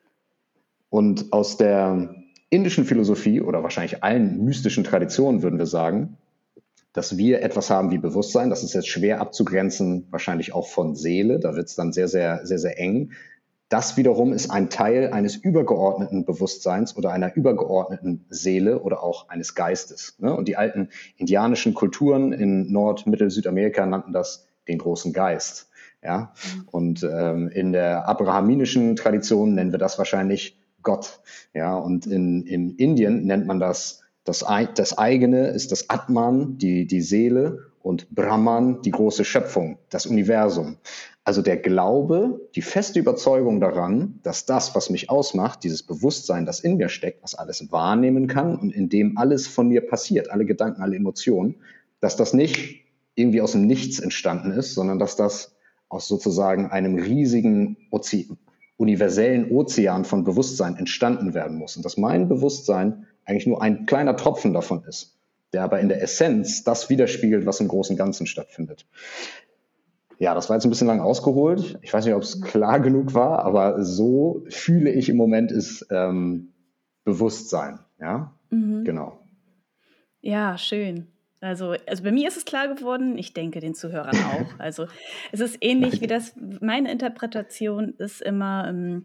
Und aus der indischen Philosophie oder wahrscheinlich allen mystischen Traditionen würden wir sagen, dass wir etwas haben wie Bewusstsein. Das ist jetzt schwer abzugrenzen, wahrscheinlich auch von Seele. Da wird es dann sehr, sehr, sehr, sehr eng. Das wiederum ist ein Teil eines übergeordneten Bewusstseins oder einer übergeordneten Seele oder auch eines Geistes. Ne? Und die alten indianischen Kulturen in Nord-, Mittel-, Südamerika nannten das den großen Geist. Ja? Und in der abrahaminischen Tradition nennen wir das wahrscheinlich Gott. Ja? Und in Indien nennt man das eigene ist das Atman, die Seele, und Brahman, die große Schöpfung, das Universum. Also der Glaube, die feste Überzeugung daran, dass das, was mich ausmacht, dieses Bewusstsein, das in mir steckt, was alles wahrnehmen kann und in dem alles von mir passiert, alle Gedanken, alle Emotionen, dass das nicht irgendwie aus dem Nichts entstanden ist, sondern dass das aus sozusagen einem riesigen universellen Ozean von Bewusstsein entstanden werden muss. Und dass mein Bewusstsein eigentlich nur ein kleiner Tropfen davon ist, der aber in der Essenz das widerspiegelt, was im großen Ganzen stattfindet. Ja, das war jetzt ein bisschen lang ausgeholt. Ich weiß nicht, ob es klar genug war, aber so fühle ich im Moment ist Bewusstsein. Ja, genau. Ja, schön. Also bei mir ist es klar geworden, ich denke den Zuhörern auch. Also es ist ähnlich wie das, meine Interpretation ist immer,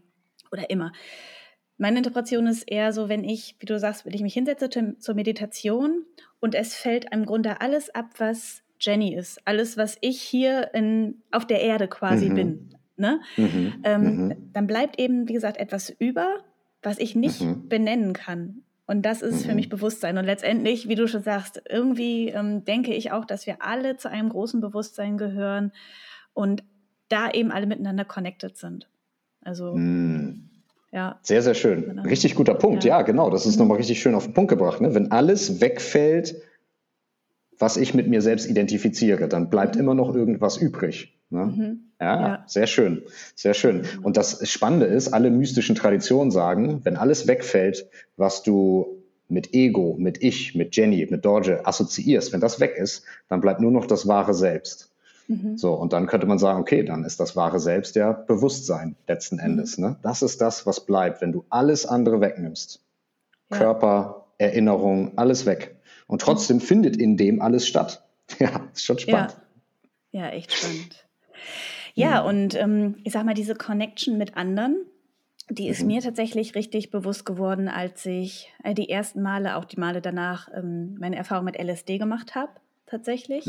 meine Interpretation ist eher so, wenn ich, wie du sagst, wenn ich mich hinsetze zur Meditation und es fällt im Grunde alles ab, was Jenny ist, alles, was ich hier auf der Erde quasi bin, ne? Dann bleibt eben, wie gesagt, etwas über, was ich nicht benennen kann. Und das ist für mich Bewusstsein. Und letztendlich, wie du schon sagst, irgendwie denke ich auch, dass wir alle zu einem großen Bewusstsein gehören und da eben alle miteinander connected sind. Also, ja. Sehr, sehr schön. Richtig guter Punkt. Ja, genau. Das ist nochmal richtig schön auf den Punkt gebracht. Ne? Wenn alles wegfällt, was ich mit mir selbst identifiziere, dann bleibt immer noch irgendwas übrig. Ne? Ja, sehr schön. Sehr schön. Und das Spannende ist, alle mystischen Traditionen sagen, wenn alles wegfällt, was du mit Ego, mit Ich, mit Jenny, mit Dorje assoziierst, wenn das weg ist, dann bleibt nur noch das wahre Selbst. So, und dann könnte man sagen, okay, dann ist das wahre Selbst ja Bewusstsein letzten Endes. Ne? Das ist das, was bleibt, wenn du alles andere wegnimmst. Ja. Körper, Erinnerung, alles weg. Und trotzdem findet in dem alles statt. Ja, ist schon spannend. Ja, echt spannend. Ja, und ich sag mal, diese Connection mit anderen, die ist mir tatsächlich richtig bewusst geworden, als ich die ersten Male, auch die Male danach, meine Erfahrung mit LSD gemacht habe, tatsächlich.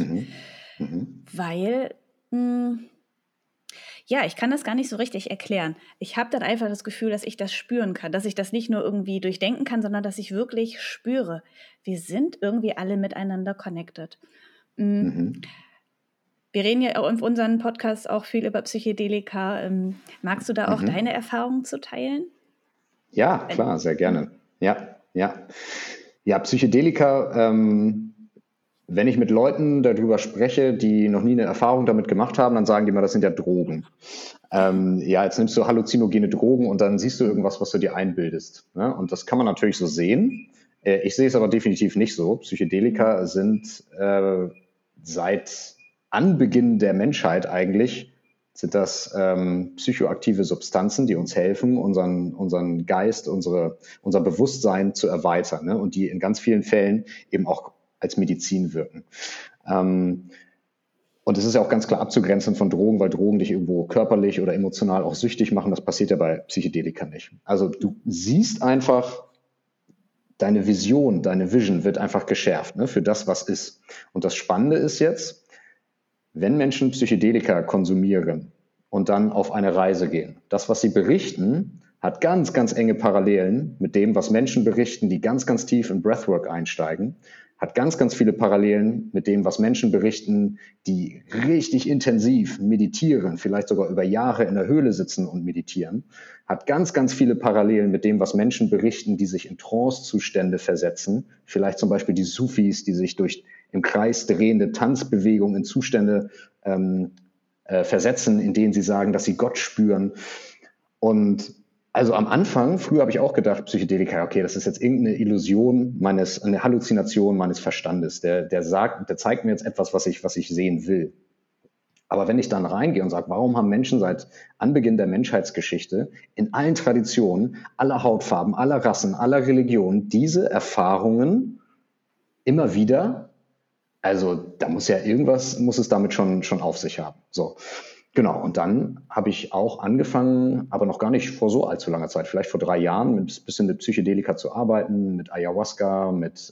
Weil, ich kann das gar nicht so richtig erklären. Ich habe dann einfach das Gefühl, dass ich das spüren kann, dass ich das nicht nur irgendwie durchdenken kann, sondern dass ich wirklich spüre, wir sind irgendwie alle miteinander connected. Wir reden ja in unseren Podcasts auch viel über Psychedelika. Magst du da auch deine Erfahrungen zu teilen? Ja, klar, sehr gerne. Ja, Psychedelika, wenn ich mit Leuten darüber spreche, die noch nie eine Erfahrung damit gemacht haben, dann sagen die immer, das sind ja Drogen. Jetzt nimmst du halluzinogene Drogen und dann siehst du irgendwas, was du dir einbildest. Ne? Und das kann man natürlich so sehen. Ich sehe es aber definitiv nicht so. Psychedelika sind seit Anbeginn der Menschheit eigentlich, sind das psychoaktive Substanzen, die uns helfen, unseren Geist, unser Bewusstsein zu erweitern, ne? Und die in ganz vielen Fällen eben auch als Medizin wirken. Und es ist ja auch ganz klar abzugrenzen von Drogen, weil Drogen dich irgendwo körperlich oder emotional auch süchtig machen. Das passiert ja bei Psychedelika nicht. Also du siehst einfach, deine Vision, deine Vision wird einfach geschärft, ne, für das, was ist. Und das Spannende ist jetzt, wenn Menschen Psychedelika konsumieren und dann auf eine Reise gehen, das, was sie berichten, hat ganz, ganz enge Parallelen mit dem, was Menschen berichten, die ganz, ganz tief in Breathwork einsteigen, hat ganz, ganz viele Parallelen mit dem, was Menschen berichten, die richtig intensiv meditieren, vielleicht sogar über Jahre in der Höhle sitzen und meditieren, hat ganz, ganz viele Parallelen mit dem, was Menschen berichten, die sich in Trance-Zustände versetzen, vielleicht zum Beispiel die Sufis, die sich durch im Kreis drehende Tanzbewegungen in Zustände versetzen, in denen sie sagen, dass sie Gott spüren. Und also am Anfang, früher habe ich auch gedacht, Psychedelika, okay, das ist jetzt irgendeine Illusion eine Halluzination meines Verstandes. Der zeigt mir jetzt etwas, was ich sehen will. Aber wenn ich dann reingehe und sage, warum haben Menschen seit Anbeginn der Menschheitsgeschichte in allen Traditionen, aller Hautfarben, aller Rassen, aller Religionen diese Erfahrungen immer wieder, also da muss es damit schon auf sich haben. So. Genau, und dann habe ich auch angefangen, aber noch gar nicht vor so allzu langer Zeit, vielleicht vor 3 Jahren, ein bisschen mit Psychedelika zu arbeiten, mit Ayahuasca, mit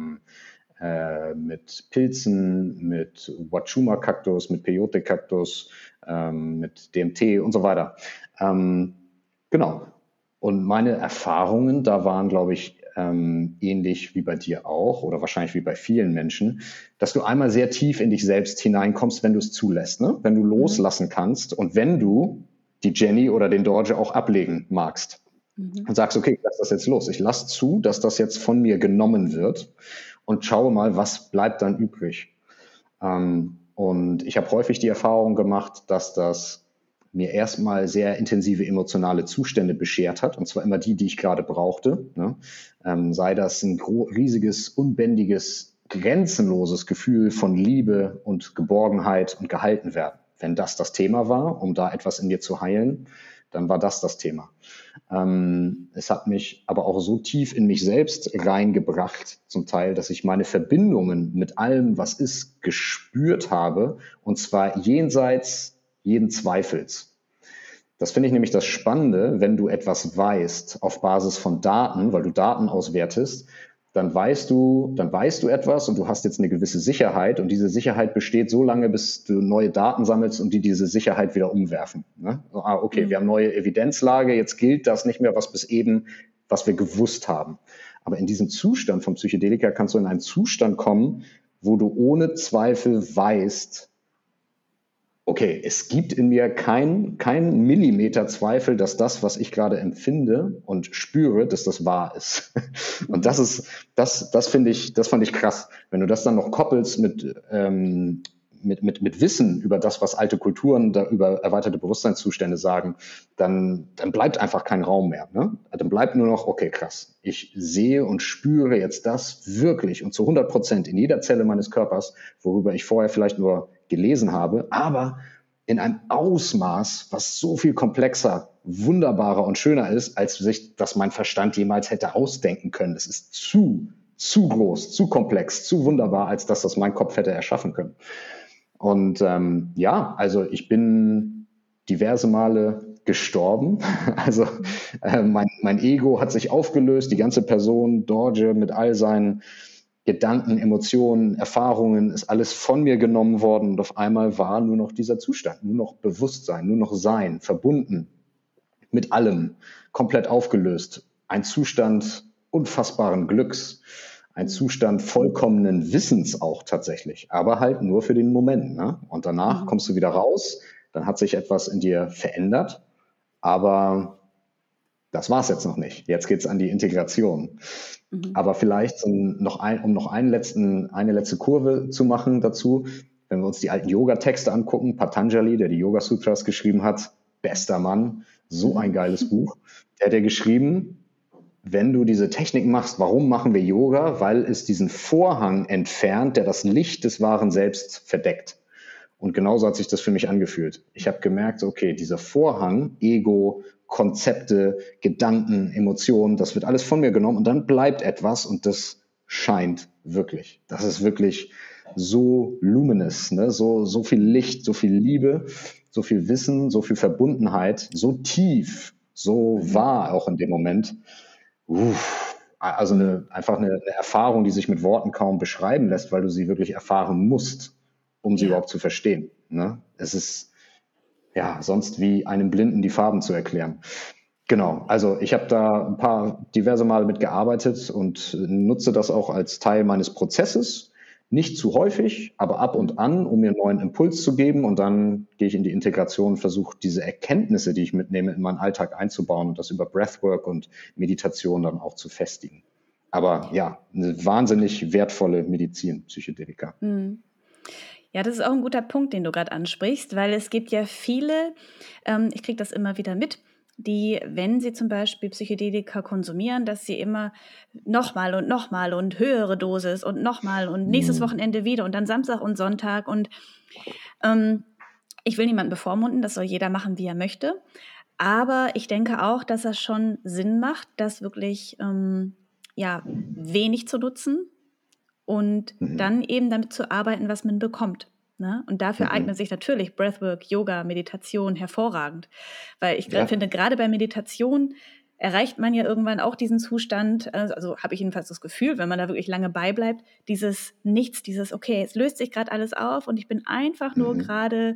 Pilzen, mit Wachuma-Kaktus, mit Peyote-Kaktus, mit DMT und so weiter. Genau. Und meine Erfahrungen, da waren, glaube ich, ähnlich wie bei dir auch oder wahrscheinlich wie bei vielen Menschen, dass du einmal sehr tief in dich selbst hineinkommst, wenn du es zulässt, ne? Wenn du loslassen kannst und wenn du die Jenny oder den Dorje auch ablegen magst und sagst, okay, ich lass das jetzt los. Ich lasse zu, dass das jetzt von mir genommen wird und schaue mal, was bleibt dann übrig. Und ich habe häufig die Erfahrung gemacht, dass das mir erstmal sehr intensive emotionale Zustände beschert hat, und zwar immer die ich gerade brauchte, ne? Sei das ein riesiges, unbändiges, grenzenloses Gefühl von Liebe und Geborgenheit und gehalten werden. Wenn das Thema war, um da etwas in dir zu heilen, dann war das Thema. Es hat mich aber auch so tief in mich selbst reingebracht, zum Teil, dass ich meine Verbindungen mit allem, was ist, gespürt habe, und zwar jenseits jeden Zweifels. Das finde ich nämlich das Spannende, wenn du etwas weißt auf Basis von Daten, weil du Daten auswertest, dann weißt du etwas und du hast jetzt eine gewisse Sicherheit, und diese Sicherheit besteht so lange, bis du neue Daten sammelst und die diese Sicherheit wieder umwerfen. Ne? Okay, wir haben neue Evidenzlage, jetzt gilt das nicht mehr, was wir gewusst haben. Aber in diesem Zustand vom Psychedelika kannst du in einen Zustand kommen, wo du ohne Zweifel weißt, okay, es gibt in mir kein Millimeter Zweifel, dass das, was ich gerade empfinde und spüre, dass das wahr ist. Und das fand ich krass. Wenn du das dann noch koppelst mit Wissen über das, was alte Kulturen da über erweiterte Bewusstseinszustände sagen, dann bleibt einfach kein Raum mehr. Ne? Dann bleibt nur noch, okay, krass. Ich sehe und spüre jetzt das wirklich und zu 100% in jeder Zelle meines Körpers, worüber ich vorher vielleicht nur gelesen habe, aber in einem Ausmaß, was so viel komplexer, wunderbarer und schöner ist, als sich das mein Verstand jemals hätte ausdenken können. Das ist zu groß, zu komplex, zu wunderbar, als dass das mein Kopf hätte erschaffen können. Und also ich bin diverse Male gestorben. Also mein Ego hat sich aufgelöst, die ganze Person, Dorje mit all seinen Gedanken, Emotionen, Erfahrungen, ist alles von mir genommen worden, und auf einmal war nur noch dieser Zustand, nur noch Bewusstsein, nur noch Sein, verbunden mit allem, komplett aufgelöst. Ein Zustand unfassbaren Glücks, ein Zustand vollkommenen Wissens auch tatsächlich, aber halt nur für den Moment. Ne? Und danach kommst du wieder raus, dann hat sich etwas in dir verändert, aber das war es jetzt noch nicht. Jetzt geht es an die Integration. Aber vielleicht, um noch eine letzte Kurve zu machen dazu, wenn wir uns die alten Yoga-Texte angucken, Patanjali, der die Yoga-Sutras geschrieben hat, bester Mann, so ein geiles Buch. Der hat ja geschrieben, wenn du diese Technik machst, warum machen wir Yoga? Weil es diesen Vorhang entfernt, der das Licht des wahren Selbst verdeckt. Und genauso hat sich das für mich angefühlt. Ich habe gemerkt, okay, dieser Vorhang, Ego, Konzepte, Gedanken, Emotionen, das wird alles von mir genommen und dann bleibt etwas und das scheint wirklich. Das ist wirklich so luminous, ne? So viel Licht, so viel Liebe, so viel Wissen, so viel Verbundenheit, so tief, so wahr auch in dem Moment. Also einfach eine Erfahrung, die sich mit Worten kaum beschreiben lässt, weil du sie wirklich erfahren musst, um sie überhaupt zu verstehen. Ne? Es ist ja sonst wie einem Blinden die Farben zu erklären. Genau, also ich habe da diverse Male mitgearbeitet und nutze das auch als Teil meines Prozesses. Nicht zu häufig, aber ab und an, um mir einen neuen Impuls zu geben. Und dann gehe ich in die Integration und versuche, diese Erkenntnisse, die ich mitnehme, in meinen Alltag einzubauen und das über Breathwork und Meditation dann auch zu festigen. Aber ja, eine wahnsinnig wertvolle Medizin, Psychedelika. Ja, das ist auch ein guter Punkt, den du gerade ansprichst, weil es gibt ja viele, ich kriege das immer wieder mit, die, wenn sie zum Beispiel Psychedelika konsumieren, dass sie immer nochmal und höhere Dosis und nochmal und nächstes Wochenende wieder und dann Samstag und Sonntag. Und ich will niemanden bevormunden, das soll jeder machen, wie er möchte. Aber ich denke auch, dass das schon Sinn macht, das wirklich wenig zu nutzen und dann eben damit zu arbeiten, was man bekommt. Ne? Und dafür eignet sich natürlich Breathwork, Yoga, Meditation hervorragend. Weil ich finde, gerade bei Meditation erreicht man ja irgendwann auch diesen Zustand, also habe ich jedenfalls das Gefühl, wenn man da wirklich lange beibleibt, dieses Nichts, dieses, okay, es löst sich gerade alles auf und ich bin einfach nur gerade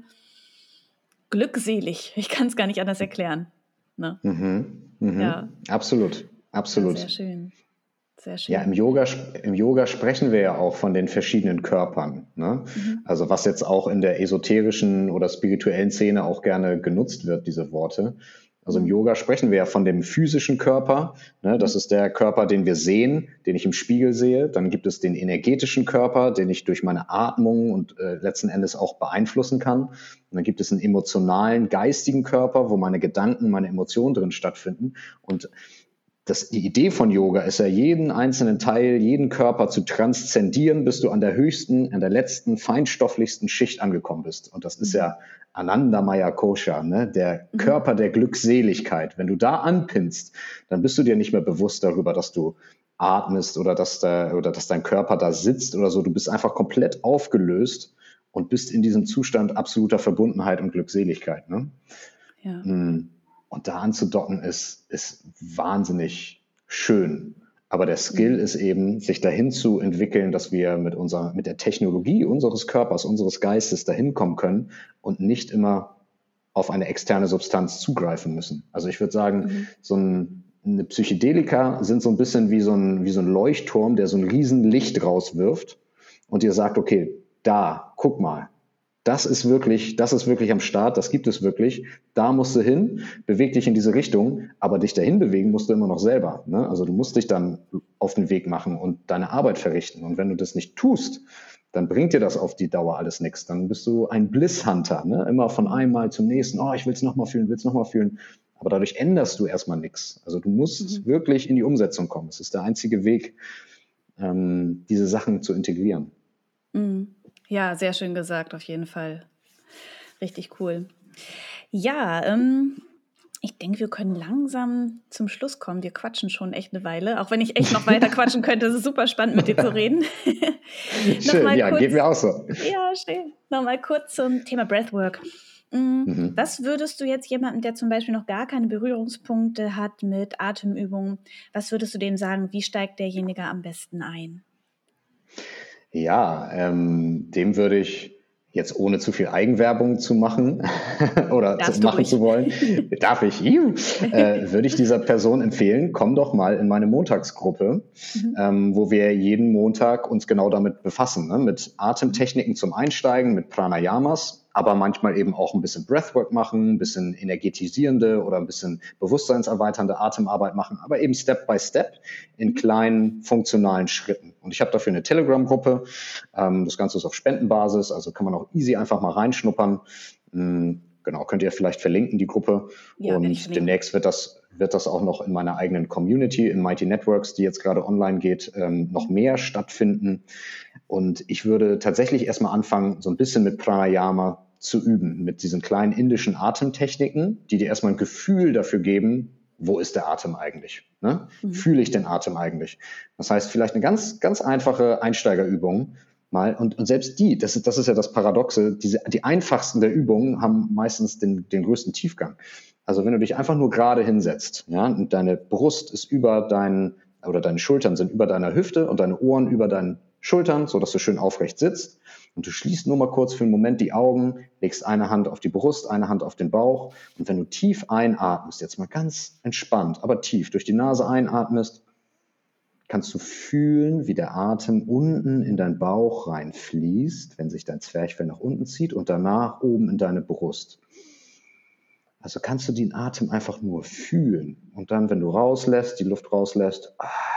glückselig. Ich kann es gar nicht anders erklären. Ne? Ja. Absolut. Ja, sehr schön. Sehr schön. Ja, im Yoga sprechen wir ja auch von den verschiedenen Körpern. Ne? Also was jetzt auch in der esoterischen oder spirituellen Szene auch gerne genutzt wird, diese Worte. Also im Yoga sprechen wir ja von dem physischen Körper. Ne? Das ist der Körper, den wir sehen, den ich im Spiegel sehe. Dann gibt es den energetischen Körper, den ich durch meine Atmung und letzten Endes auch beeinflussen kann. Und dann gibt es einen emotionalen, geistigen Körper, wo meine Gedanken, meine Emotionen drin stattfinden. Und die Idee von Yoga ist ja, jeden einzelnen Teil, jeden Körper zu transzendieren, bis du an der höchsten, an der letzten, feinstofflichsten Schicht angekommen bist. Und das ist ja Anandamaya Kosha, ne? Der Körper der Glückseligkeit. Wenn du da anpinnst, dann bist du dir nicht mehr bewusst darüber, dass du atmest oder dass dein Körper da sitzt oder so. Du bist einfach komplett aufgelöst und bist in diesem Zustand absoluter Verbundenheit und Glückseligkeit. Ne? Ja. Und da anzudocken ist wahnsinnig schön. Aber der Skill ist eben, sich dahin zu entwickeln, dass wir mit der Technologie unseres Körpers, unseres Geistes dahin kommen können und nicht immer auf eine externe Substanz zugreifen müssen. Also ich würde sagen, eine Psychedelika sind so ein bisschen wie so ein Leuchtturm, der so ein riesen Licht rauswirft und dir sagt, okay, da, guck mal. Das ist wirklich am Start, das gibt es wirklich. Da musst du hin, beweg dich in diese Richtung, aber dich dahin bewegen musst du immer noch selber. Ne? Also du musst dich dann auf den Weg machen und deine Arbeit verrichten. Und wenn du das nicht tust, dann bringt dir das auf die Dauer alles nichts. Dann bist du ein Bliss-Hunter, ne? Immer von einem Mal zum nächsten. Oh, ich will es nochmal fühlen, Aber dadurch änderst du erstmal nichts. Also du musst wirklich in die Umsetzung kommen. Es ist der einzige Weg, diese Sachen zu integrieren. Ja, sehr schön gesagt, auf jeden Fall. Richtig cool. Ja, ich denke, wir können langsam zum Schluss kommen. Wir quatschen schon echt eine Weile, auch wenn ich echt noch weiter quatschen könnte. Es ist super spannend, mit dir zu reden. Schön, ja, geht mir auch so. Ja, schön. Nochmal kurz zum Thema Breathwork. Was würdest du jetzt jemandem, der zum Beispiel noch gar keine Berührungspunkte hat mit Atemübungen, was würdest du dem sagen, wie steigt derjenige am besten ein? Ja, dem würde ich jetzt, ohne zu viel Eigenwerbung zu machen oder zu wollen, würde ich dieser Person empfehlen, komm doch mal in meine Montagsgruppe, wo wir jeden Montag uns genau damit befassen, ne? Mit Atemtechniken zum Einsteigen, mit Pranayamas, aber manchmal eben auch ein bisschen Breathwork machen, ein bisschen energetisierende oder ein bisschen bewusstseinserweiternde Atemarbeit machen, aber eben Step by Step in kleinen, funktionalen Schritten. Und ich habe dafür eine Telegram-Gruppe. Das Ganze ist auf Spendenbasis, also kann man auch easy einfach mal reinschnuppern. Genau, könnt ihr vielleicht verlinken, die Gruppe. Ja, und demnächst wird das wird das auch noch in meiner eigenen Community, in Mighty Networks, die jetzt gerade online geht, noch mehr stattfinden. Und ich würde tatsächlich erstmal anfangen, so ein bisschen mit Pranayama zu üben, mit diesen kleinen indischen Atemtechniken, die dir erstmal ein Gefühl dafür geben, wo ist der Atem eigentlich? Ne? Fühle ich den Atem eigentlich? Das heißt, vielleicht eine ganz, ganz einfache Einsteigerübung mal. Und selbst das ist ja das Paradoxe, die einfachsten der Übungen haben meistens den größten Tiefgang. Also wenn du dich einfach nur gerade hinsetzt, ja, und deine Brust ist deine Schultern sind über deiner Hüfte und deine Ohren über deinen Schultern, sodass du schön aufrecht sitzt. Und du schließt nur mal kurz für einen Moment die Augen, legst eine Hand auf die Brust, eine Hand auf den Bauch. Und wenn du tief einatmest, jetzt mal ganz entspannt, aber tief durch die Nase einatmest, kannst du fühlen, wie der Atem unten in deinen Bauch reinfließt, wenn sich dein Zwerchfell nach unten zieht und danach oben in deine Brust. Also kannst du den Atem einfach nur fühlen. Und dann, wenn du die Luft rauslässt,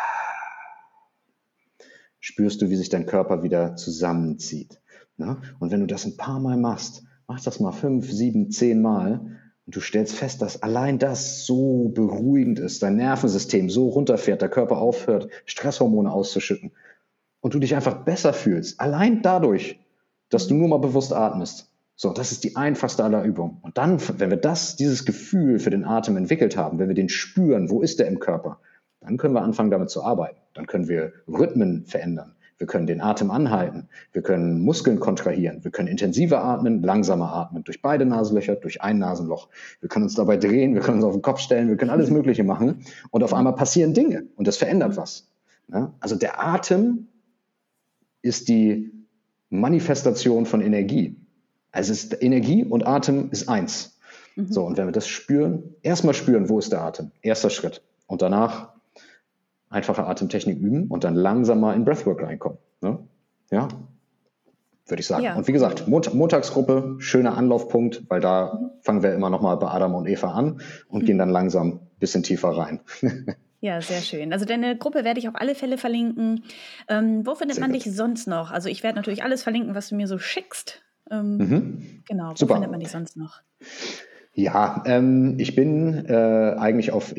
spürst du, wie sich dein Körper wieder zusammenzieht. Ne? Und wenn du das ein paar Mal machst, mach das mal 5, 7, 10 Mal und du stellst fest, dass allein das so beruhigend ist, dein Nervensystem so runterfährt, der Körper aufhört, Stresshormone auszuschütten und du dich einfach besser fühlst. Allein dadurch, dass du nur mal bewusst atmest. So, das ist die einfachste aller Übungen. Und dann, wenn wir dieses Gefühl für den Atem entwickelt haben, wenn wir den spüren, wo ist der im Körper, dann können wir anfangen, damit zu arbeiten. Dann können wir Rhythmen verändern. Wir können den Atem anhalten. Wir können Muskeln kontrahieren. Wir können intensiver atmen, langsamer atmen. Durch beide Nasenlöcher, durch ein Nasenloch. Wir können uns dabei drehen, wir können uns auf den Kopf stellen, wir können alles Mögliche machen. Und auf einmal passieren Dinge. Und das verändert was. Ja? Also der Atem ist die Manifestation von Energie. Also Energie und Atem ist eins. So, und wenn wir das spüren, erstmal spüren, wo ist der Atem? Erster Schritt. Und danach einfache Atemtechnik üben und dann langsam mal in Breathwork reinkommen. Ne? Ja, würde ich sagen. Ja. Und wie gesagt, Montagsgruppe, schöner Anlaufpunkt, weil da fangen wir immer noch mal bei Adam und Eva an und gehen dann langsam ein bisschen tiefer rein. Ja, sehr schön. Also deine Gruppe werde ich auf alle Fälle verlinken. Wo findet man dich sonst noch? Also ich werde natürlich alles verlinken, was du mir so schickst. Genau, wo findet man dich sonst noch? Ja, ich bin auf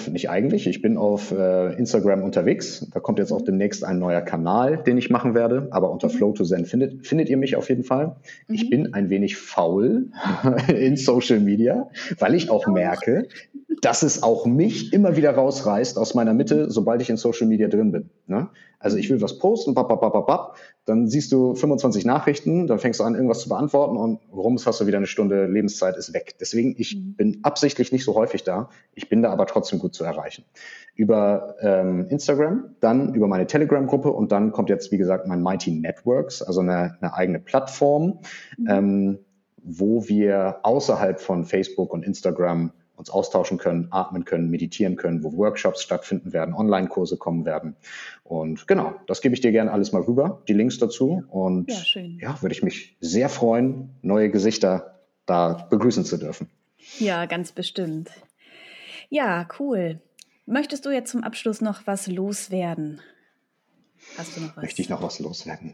Instagram unterwegs. Da kommt jetzt auch demnächst ein neuer Kanal, den ich machen werde. Aber unter Flow to Zen findet ihr mich auf jeden Fall. Ich bin ein wenig faul in Social Media, weil ich auch merke, dass es auch mich immer wieder rausreißt aus meiner Mitte, sobald ich in Social Media drin bin. Ne? Also ich will was posten, dann siehst du 25 Nachrichten, dann fängst du an, irgendwas zu beantworten und rums hast du wieder eine Stunde Lebenszeit, ist weg. Deswegen, ich bin absichtlich nicht so häufig da, ich bin da aber trotzdem gut zu erreichen. Über Instagram, dann über meine Telegram-Gruppe und dann kommt jetzt, wie gesagt, mein Mighty Networks, also eine eigene Plattform, wo wir außerhalb von Facebook und Instagram uns austauschen können, atmen können, meditieren können, wo Workshops stattfinden werden, Online-Kurse kommen werden. Und genau, das gebe ich dir gerne alles mal rüber, die Links dazu. Und würde ich mich sehr freuen, neue Gesichter da begrüßen zu dürfen. Ja, ganz bestimmt. Ja, cool. Möchtest du jetzt zum Abschluss noch was loswerden? Hast du noch was? Möchte ich noch was loswerden?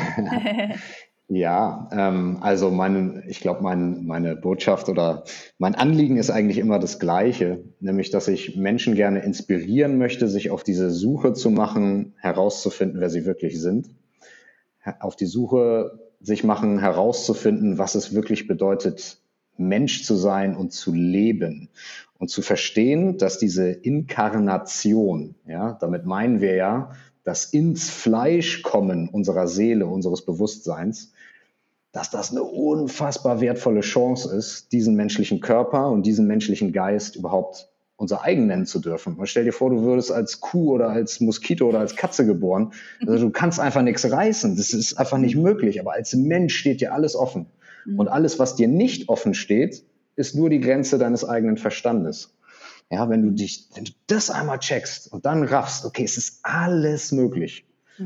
Ja, also meine Botschaft oder mein Anliegen ist eigentlich immer das Gleiche, nämlich, dass ich Menschen gerne inspirieren möchte, sich auf diese Suche zu machen, herauszufinden, wer sie wirklich sind. Auf die Suche sich machen, herauszufinden, was es wirklich bedeutet, Mensch zu sein und zu leben. Und zu verstehen, dass diese Inkarnation, ja, damit meinen wir ja, das ins Fleisch kommen unserer Seele, unseres Bewusstseins, dass das eine unfassbar wertvolle Chance ist, diesen menschlichen Körper und diesen menschlichen Geist überhaupt unser eigen nennen zu dürfen. Und stell dir vor, du würdest als Kuh oder als Moskito oder als Katze geboren. Also du kannst einfach nichts reißen. Das ist einfach nicht möglich. Aber als Mensch steht dir alles offen. Und alles, was dir nicht offen steht, ist nur die Grenze deines eigenen Verstandes. Ja, wenn du das einmal checkst und dann raffst, okay, es ist alles möglich.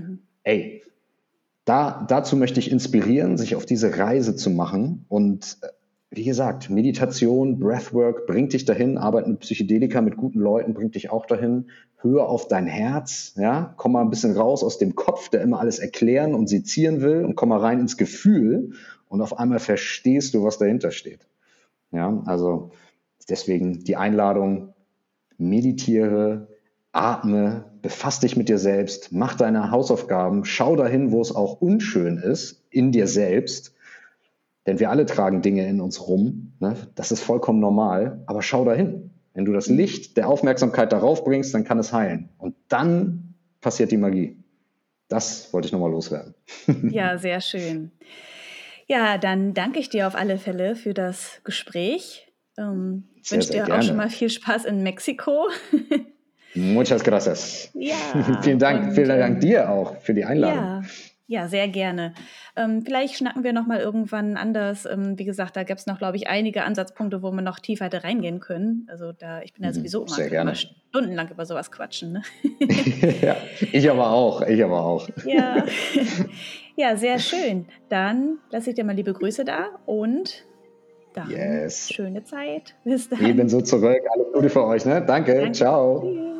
Dazu möchte ich inspirieren, sich auf diese Reise zu machen. Und wie gesagt, Meditation, Breathwork bringt dich dahin, Arbeit mit Psychedelika, mit guten Leuten bringt dich auch dahin. Hör auf dein Herz, ja, komm mal ein bisschen raus aus dem Kopf, der immer alles erklären und sezieren will und komm mal rein ins Gefühl und auf einmal verstehst du, was dahinter steht. Ja, also deswegen die Einladung, meditiere, atme, befass dich mit dir selbst, mach deine Hausaufgaben, schau dahin, wo es auch unschön ist, in dir selbst. Denn wir alle tragen Dinge in uns rum, ne? Das ist vollkommen normal, aber schau dahin. Wenn du das Licht der Aufmerksamkeit darauf bringst, dann kann es heilen. Und dann passiert die Magie. Das wollte ich nochmal loswerden. Ja, sehr schön. Ja, dann danke ich dir auf alle Fälle für das Gespräch. Wünsche dir gerne. auch schon mal viel Spaß in Mexiko. Muchas gracias. Ja. Vielen Dank dir auch für die Einladung. Ja, sehr gerne. Vielleicht schnacken wir noch mal irgendwann anders. Wie gesagt, da gab es noch, glaube ich, einige Ansatzpunkte, wo wir noch tiefer hätte reingehen können. Also ich bin ja sowieso immer stundenlang über sowas quatschen. Ne? Ja, ich aber auch. Ja. Ja, sehr schön. Dann lasse ich dir mal liebe Grüße da und dann schöne Zeit. Bis dann. Ebenso zurück. Alles Gute für euch. Ne? Danke. Ciao. Tschüss.